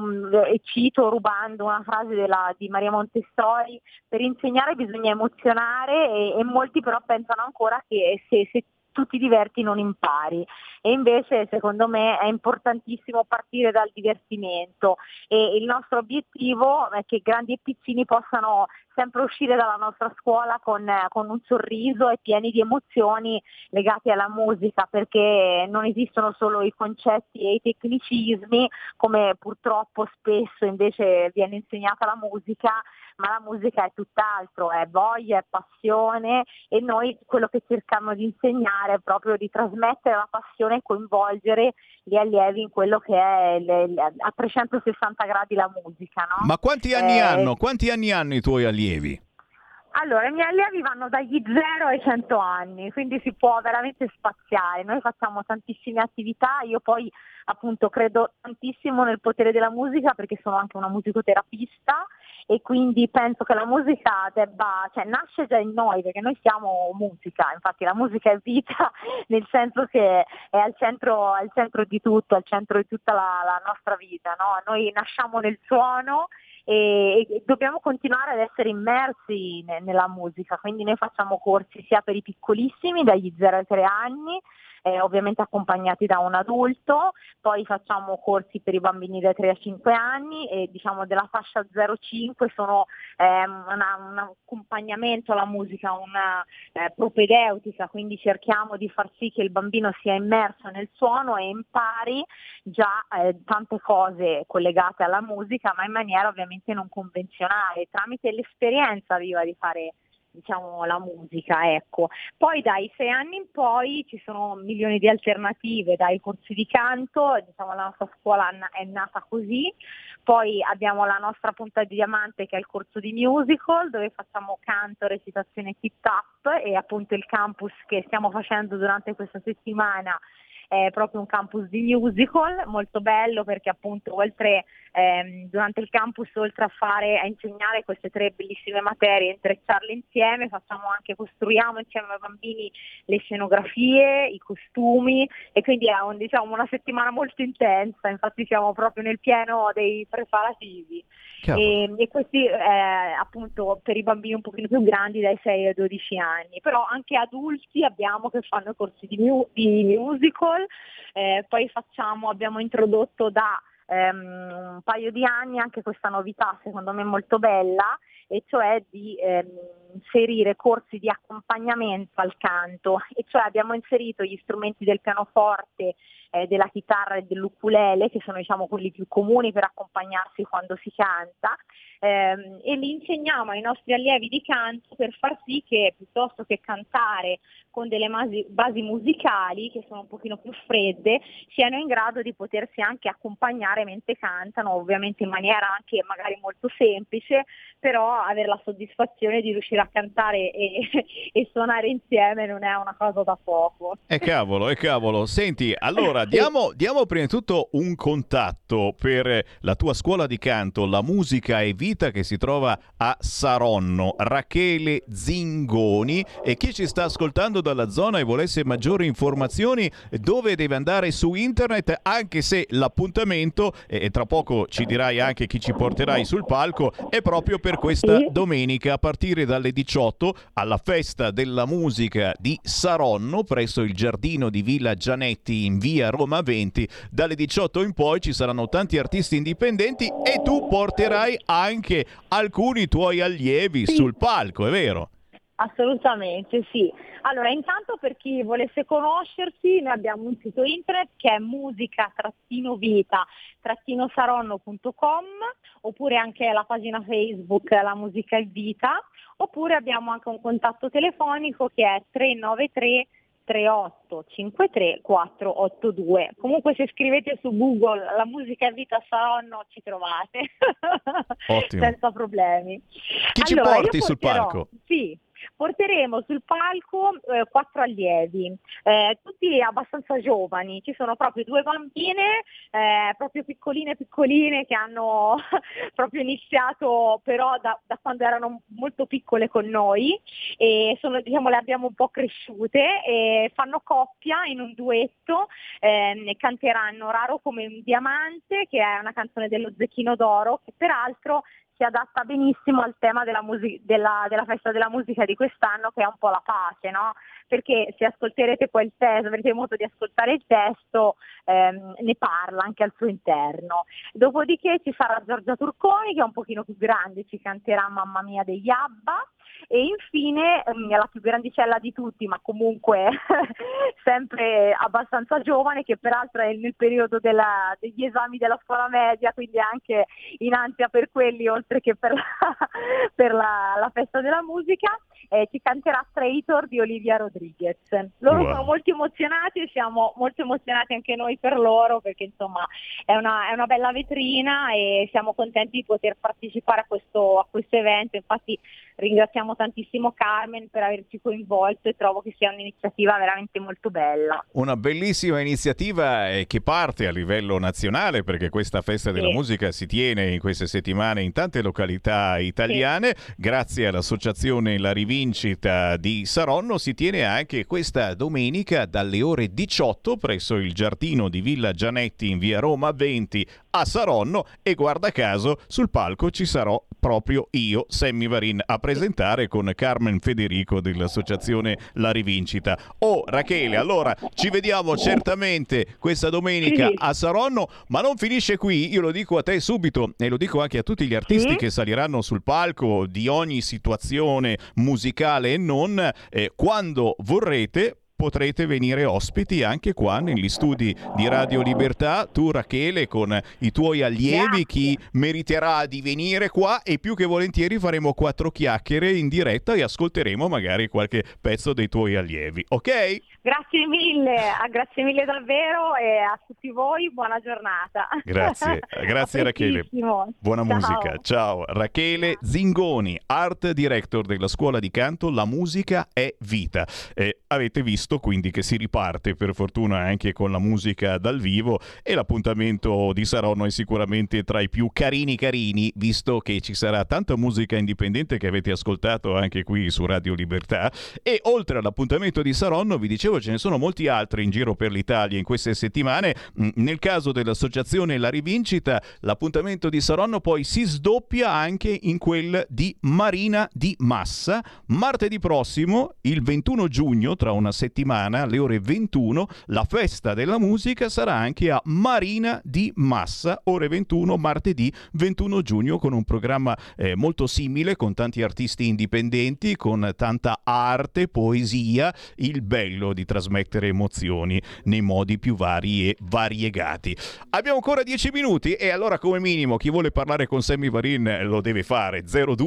cito rubando una frase di Maria Montessori, per insegnare bisogna emozionare e molti però pensano ancora che se tu ti diverti non impari, e invece secondo me è importantissimo partire dal divertimento e il nostro obiettivo è che grandi e piccini possano sempre uscire dalla nostra scuola con un sorriso e pieni di emozioni legate alla musica, perché non esistono solo i concetti e i tecnicismi come purtroppo spesso invece viene insegnata la musica, ma la musica è tutt'altro, è voglia, è passione, e noi quello che cerchiamo di insegnare è proprio di trasmettere la passione e coinvolgere gli allievi in quello che è a 360 gradi la musica, no? Ma quanti anni hanno? Quanti anni hanno i tuoi allievi? Allora, i miei allievi vanno dagli 0 ai 100 anni, quindi si può veramente spaziare. Noi facciamo tantissime attività, io poi appunto credo tantissimo nel potere della musica perché sono anche una musicoterapista e quindi penso che la musica nasce già in noi, perché noi siamo musica, infatti la musica è vita, nel senso che è al centro di tutto, al centro di tutta la nostra vita, no? Noi nasciamo nel suono e dobbiamo continuare ad essere immersi nella musica, quindi noi facciamo corsi sia per i piccolissimi dagli 0 ai 3 anni, ovviamente accompagnati da un adulto, poi facciamo corsi per i bambini dai 3 a 5 anni e diciamo della fascia 0-5 sono un accompagnamento alla musica, una propedeutica, quindi cerchiamo di far sì che il bambino sia immerso nel suono e impari già tante cose collegate alla musica, ma in maniera ovviamente non convenzionale, tramite l'esperienza viva di fare la musica, ecco. Poi dai 6 anni in poi ci sono milioni di alternative, dai corsi di canto, la nostra scuola è nata così, poi abbiamo la nostra punta di diamante che è il corso di musical dove facciamo canto, recitazione Tip Tap, e appunto il campus che stiamo facendo durante questa settimana è proprio un campus di musical molto bello, perché appunto oltre durante il campus, oltre a insegnare queste 3 bellissime materie, intrecciarle insieme, costruiamo insieme ai bambini le scenografie, i costumi, e quindi è una settimana molto intensa, infatti siamo proprio nel pieno dei preparativi. E questi appunto per i bambini un pochino più grandi dai 6 ai 12 anni, però anche adulti abbiamo che fanno i corsi di musical, poi abbiamo introdotto da un paio di anni anche questa novità secondo me molto bella, e cioè di inserire corsi di accompagnamento al canto, e cioè abbiamo inserito gli strumenti del pianoforte, della chitarra e dell'ukulele, che sono quelli più comuni per accompagnarsi quando si canta, e li insegniamo ai nostri allievi di canto per far sì che piuttosto che cantare con delle basi musicali che sono un pochino più fredde, siano in grado di potersi anche accompagnare mentre cantano, ovviamente in maniera anche magari molto semplice, però avere la soddisfazione di riuscire a cantare e suonare insieme non è una cosa da poco. Cavolo. Senti, allora diamo prima di tutto un contatto per la tua scuola di canto, La Musica è Vita, che si trova a Saronno. Rachele Zingoni, e chi ci sta ascoltando dalla zona e volesse maggiori informazioni, dove deve andare su internet, anche se l'appuntamento, e tra poco ci dirai anche chi ci porterai sul palco, è proprio per questa domenica a partire dalle 18 alla Festa della Musica di Saronno presso il Giardino di Villa Gianetti in via Roma 20. Dalle 18 in poi ci saranno tanti artisti indipendenti e tu porterai anche alcuni tuoi allievi sul palco, è vero? Assolutamente sì. Allora, intanto per chi volesse conoscerci, noi abbiamo un sito internet che è musica-vita-saronno.com, oppure anche la pagina Facebook La Musica è Vita, oppure abbiamo anche un contatto telefonico che è 393 3853 482. Comunque se scrivete su Google La musica è vita Saronno ci trovate. Ottimo. Senza problemi. Chi ci porti sul palco? Sì, porteremo sul palco 4 allievi, tutti abbastanza giovani. Ci sono proprio 2 bambine, proprio piccoline che hanno proprio iniziato però da quando erano molto piccole con noi, e sono, diciamo, le abbiamo un po' cresciute, e fanno coppia in un duetto, canteranno Raro come un diamante, che è una canzone dello Zecchino d'Oro, che peraltro si adatta benissimo al tema della festa della musica di quest'anno, che è un po' la pace, no? Perché se ascolterete poi il testo, avrete modo di ascoltare il testo, ne parla anche al suo interno. Dopodiché ci sarà Giorgia Turconi, che è un pochino più grande, ci canterà Mamma mia degli Abba, e infine la più grandicella di tutti, ma comunque sempre abbastanza giovane, che peraltro è nel periodo degli esami della scuola media, quindi anche in ansia per quelli oltre che per la festa della musica, ci canterà Traitor di Olivia Rodriguez. Loro sono molto emozionati e siamo molto emozionati anche noi per loro, perché insomma è una bella vetrina e siamo contenti di poter partecipare a questo evento. Infatti ringraziamo tantissimo Carmen per averci coinvolto, e trovo che sia un'iniziativa veramente molto bella. Una bellissima iniziativa che parte a livello nazionale, perché questa festa della musica si tiene in queste settimane in tante località italiane. Grazie all'associazione La Rivincita di Saronno si tiene anche questa domenica dalle ore 18 presso il giardino di Villa Gianetti in via Roma 20 a Saronno, e guarda caso sul palco ci sarò proprio io, Sammy Varin, a presentare con Carmen Federico dell'associazione La Rivincita. Rachele, allora ci vediamo certamente questa domenica a Saronno, ma non finisce qui. Io lo dico a te subito e lo dico anche a tutti gli artisti che saliranno sul palco di ogni situazione musicale e non, quando vorrete potrete venire ospiti anche qua negli studi di Radio Libertà, tu Rachele con i tuoi allievi. Chi meriterà di venire qua, e più che volentieri faremo 4 chiacchiere in diretta e ascolteremo magari qualche pezzo dei tuoi allievi, ok? Grazie mille davvero, e a tutti voi buona giornata. Grazie Rachele, buona musica, ciao. Rachele Zingoni, Art Director della Scuola di Canto La Musica è Vita. Avete visto quindi che si riparte per fortuna anche con la musica dal vivo, e l'appuntamento di Saronno è sicuramente tra i più carini, visto che ci sarà tanta musica indipendente che avete ascoltato anche qui su Radio Libertà. E oltre all'appuntamento di Saronno, vi dicevo, ce ne sono molti altri in giro per l'Italia in queste settimane. Nel caso dell'associazione La Rivincita, l'appuntamento di Saronno poi si sdoppia anche in quel di Marina di Massa. Martedì prossimo, il 21 giugno, tra una settimana, alle ore 21, la festa della musica sarà anche a Marina di Massa, ore 21, martedì 21 giugno, con un programma molto simile, con tanti artisti indipendenti, con tanta arte, poesia, il bello di trasmettere emozioni nei modi più vari e variegati. Abbiamo ancora 10 minuti, e allora come minimo chi vuole parlare con Sammy Varin lo deve fare.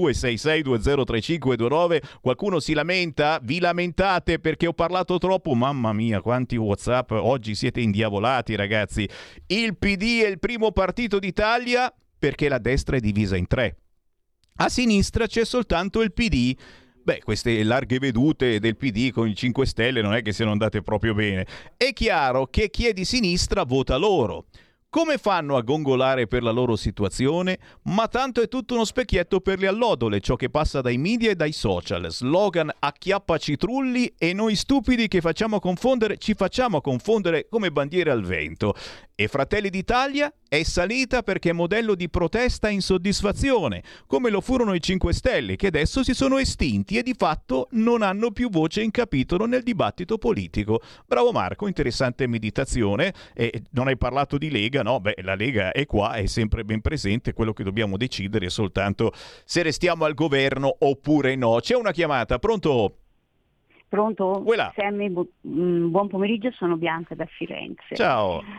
0266203529. Qualcuno si lamenta? Vi lamentate perché ho parlato troppo? Mamma mia, quanti WhatsApp oggi, siete indiavolati ragazzi. Il PD è il primo partito d'Italia perché la destra è divisa in 3. A sinistra c'è soltanto il PD. Queste larghe vedute del PD con i 5 Stelle non è che siano andate proprio bene. È chiaro che chi è di sinistra vota loro. Come fanno a gongolare per la loro situazione? Ma tanto è tutto uno specchietto per le allodole, ciò che passa dai media e dai social. Slogan acchiappa citrulli, e noi stupidi ci facciamo confondere come bandiere al vento. E Fratelli d'Italia è salita perché è modello di protesta e insoddisfazione, come lo furono i 5 Stelle, che adesso si sono estinti e di fatto non hanno più voce in capitolo nel dibattito politico. Bravo Marco, interessante meditazione. Non hai parlato di Lega, no? La Lega è qua, è sempre ben presente. Quello che dobbiamo decidere è soltanto se restiamo al governo oppure no. C'è una chiamata, pronto? Sammy, buon pomeriggio, sono Bianca da Firenze. Ciao.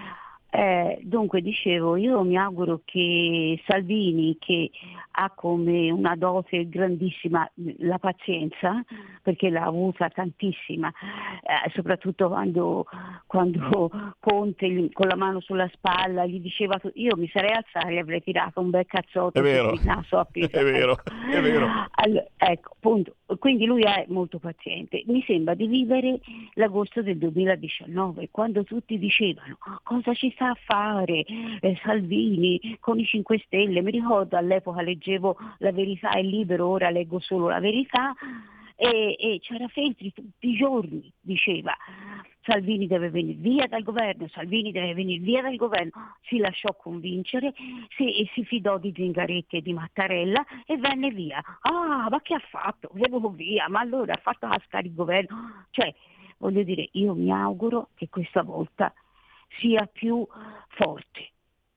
Dunque dicevo, io mi auguro che Salvini, che ha come una dose grandissima la pazienza, perché l'ha avuta tantissima, soprattutto quando Conte con la mano sulla spalla gli diceva io mi sarei alzata e avrei tirato un bel cazzotto sul naso appeso. È vero. Allora, ecco, appunto, quindi lui è molto paziente. Mi sembra di vivere l'agosto del 2019, quando tutti dicevano cosa ci sta a fare Salvini con i 5 Stelle. Mi ricordo all'epoca leggevo La Verità è Libero, ora leggo solo La Verità, e c'era Feltri tutti i giorni, diceva Salvini deve venire via dal governo, Salvini deve venire via dal governo. Si lasciò convincere e si fidò di Zingaretti e di Mattarella e venne via. Ma che ha fatto? Venuto via, ma allora ha fatto cascare il governo. Cioè, voglio dire, io mi auguro che questa volta sia più forte,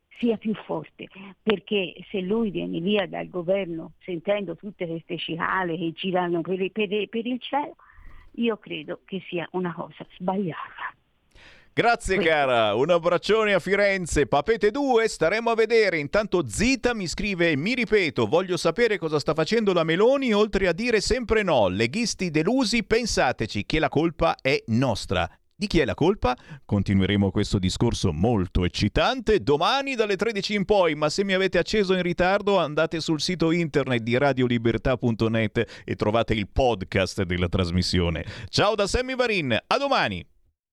perché se lui viene via dal governo sentendo tutte queste cicale che girano per il cielo, io credo che sia una cosa sbagliata. Grazie cara, un abbraccione a Firenze. Papete 2, staremo a vedere. Intanto Zita mi scrive: mi ripeto, voglio sapere cosa sta facendo la Meloni oltre a dire sempre no. Leghisti delusi, pensateci che la colpa è nostra. Di chi è la colpa? Continueremo questo discorso molto eccitante domani dalle 13 in poi, ma se mi avete acceso in ritardo andate sul sito internet di radiolibertà.net e trovate il podcast della trasmissione. Ciao da Sammy Varin, a domani!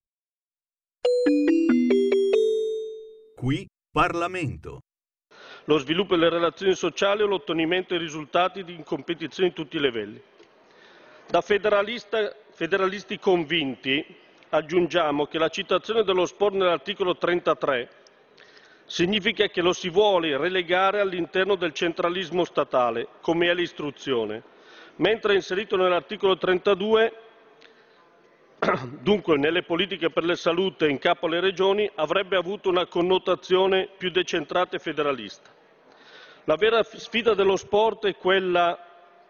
Qui Parlamento. Lo sviluppo delle relazioni sociali o l'ottenimento dei risultati in competizione di tutti i livelli. Da federalisti convinti aggiungiamo che la citazione dello sport nell'articolo 33 significa che lo si vuole relegare all'interno del centralismo statale, come è l'istruzione, mentre inserito nell'articolo 32, dunque nelle politiche per la salute in capo alle regioni, avrebbe avuto una connotazione più decentrata e federalista. La vera sfida dello sport è quella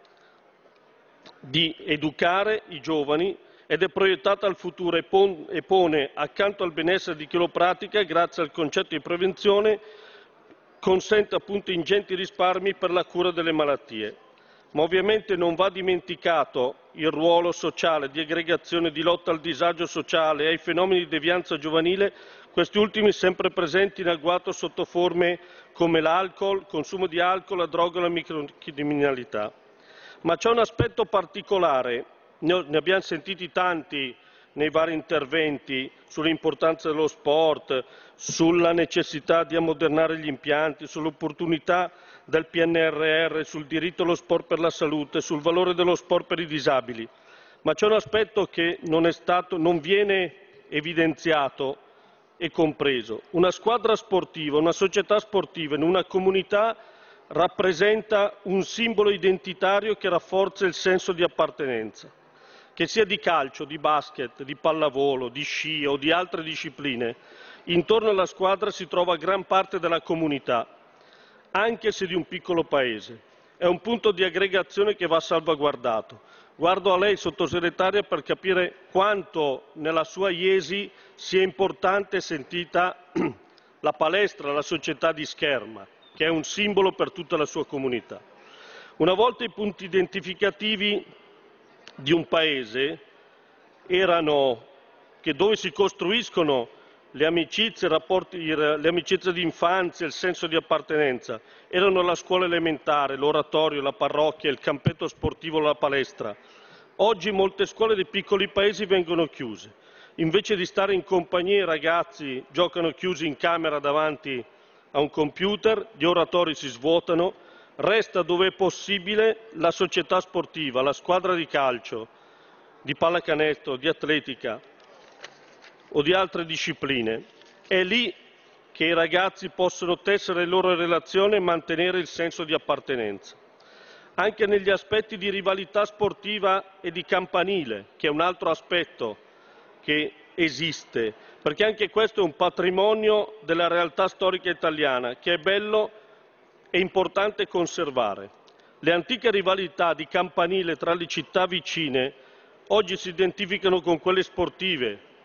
di educare i giovani ed è proiettata al futuro e pone accanto al benessere di chi lo pratica, grazie al concetto di prevenzione, consente appunto ingenti risparmi per la cura delle malattie. Ma ovviamente non va dimenticato il ruolo sociale, di aggregazione, di lotta al disagio sociale e ai fenomeni di devianza giovanile, questi ultimi sempre presenti in agguato sotto forme come l'alcol, consumo di alcol, la droga e la microcriminalità. Ma c'è un aspetto particolare. Ne abbiamo sentiti tanti nei vari interventi sull'importanza dello sport, sulla necessità di ammodernare gli impianti, sull'opportunità del PNRR, sul diritto allo sport per la salute, sul valore dello sport per i disabili. Ma c'è un aspetto che non viene evidenziato e compreso. Una squadra sportiva, una società sportiva in una comunità rappresenta un simbolo identitario che rafforza il senso di appartenenza. Che sia di calcio, di basket, di pallavolo, di sci o di altre discipline, intorno alla squadra si trova gran parte della comunità, anche se di un piccolo paese. È un punto di aggregazione che va salvaguardato. Guardo a lei, sottosegretaria, per capire quanto nella sua Iesi sia importante e sentita la palestra, la società di Scherma, che è un simbolo per tutta la sua comunità. Una volta i punti identificativi di un paese erano che dove si costruiscono le amicizie, le amicizie di infanzia, il senso di appartenenza, erano la scuola elementare, l'oratorio, la parrocchia, il campetto sportivo, la palestra. Oggi molte scuole dei piccoli paesi vengono chiuse. Invece di stare in compagnia, i ragazzi giocano chiusi in camera davanti a un computer, gli oratori si svuotano. Resta dove è possibile la società sportiva, la squadra di calcio, di pallacanestro, di atletica o di altre discipline. È lì che i ragazzi possono tessere le loro relazioni e mantenere il senso di appartenenza. Anche negli aspetti di rivalità sportiva e di campanile, che è un altro aspetto che esiste, perché anche questo è un patrimonio della realtà storica italiana, che è bello è importante conservare. Le antiche rivalità di campanile tra le città vicine oggi si identificano con quelle sportive.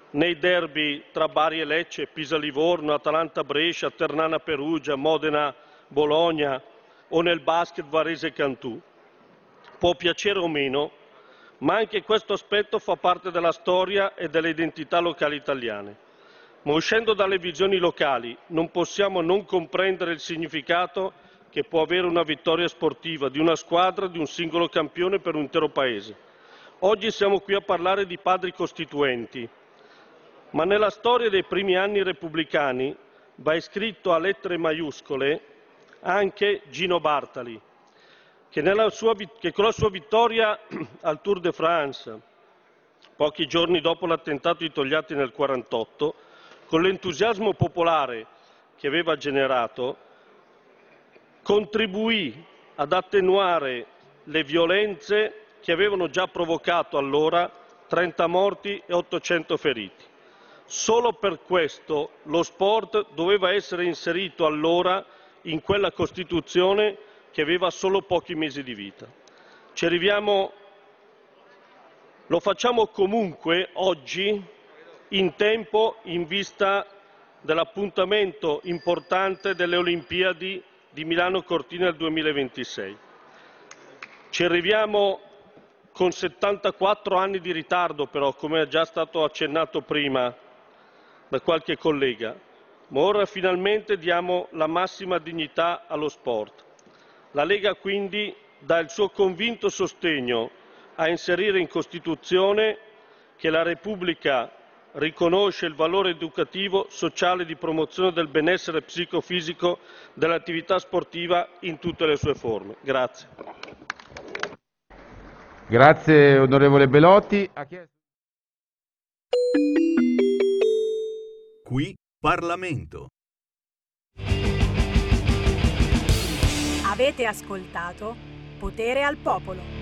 nei derby tra Bari e Lecce, Pisa-Livorno, Atalanta-Brescia, Ternana-Perugia, Modena-Bologna o nel basket Varese-Cantù. Può piacere o meno, ma anche questo aspetto fa parte della storia e delle identità locali italiane. Ma uscendo dalle visioni locali non possiamo non comprendere il significato che può avere una vittoria sportiva di una squadra, di un singolo campione per un intero paese. Oggi siamo qui a parlare di padri costituenti, ma nella storia dei primi anni repubblicani va iscritto a lettere maiuscole anche Gino Bartali, che con la sua vittoria al Tour de France, pochi giorni dopo l'attentato di Togliatti nel 1948, con l'entusiasmo popolare che aveva generato, contribuì ad attenuare le violenze che avevano già provocato allora 30 morti e 800 feriti. Solo per questo lo sport doveva essere inserito allora in quella Costituzione che aveva solo pochi mesi di vita. Ci arriviamo, lo facciamo comunque oggi in tempo in vista dell'appuntamento importante delle Olimpiadi di Milano Cortina del 2026. Ci arriviamo con 74 anni di ritardo però, come è già stato accennato prima da qualche collega, ma ora finalmente diamo la massima dignità allo sport. La Lega quindi dà il suo convinto sostegno a inserire in Costituzione che la Repubblica riconosce il valore educativo, sociale di promozione del benessere psicofisico dell'attività sportiva in tutte le sue forme. Grazie. Grazie onorevole Belotti. Qui Parlamento. Avete ascoltato Potere al Popolo.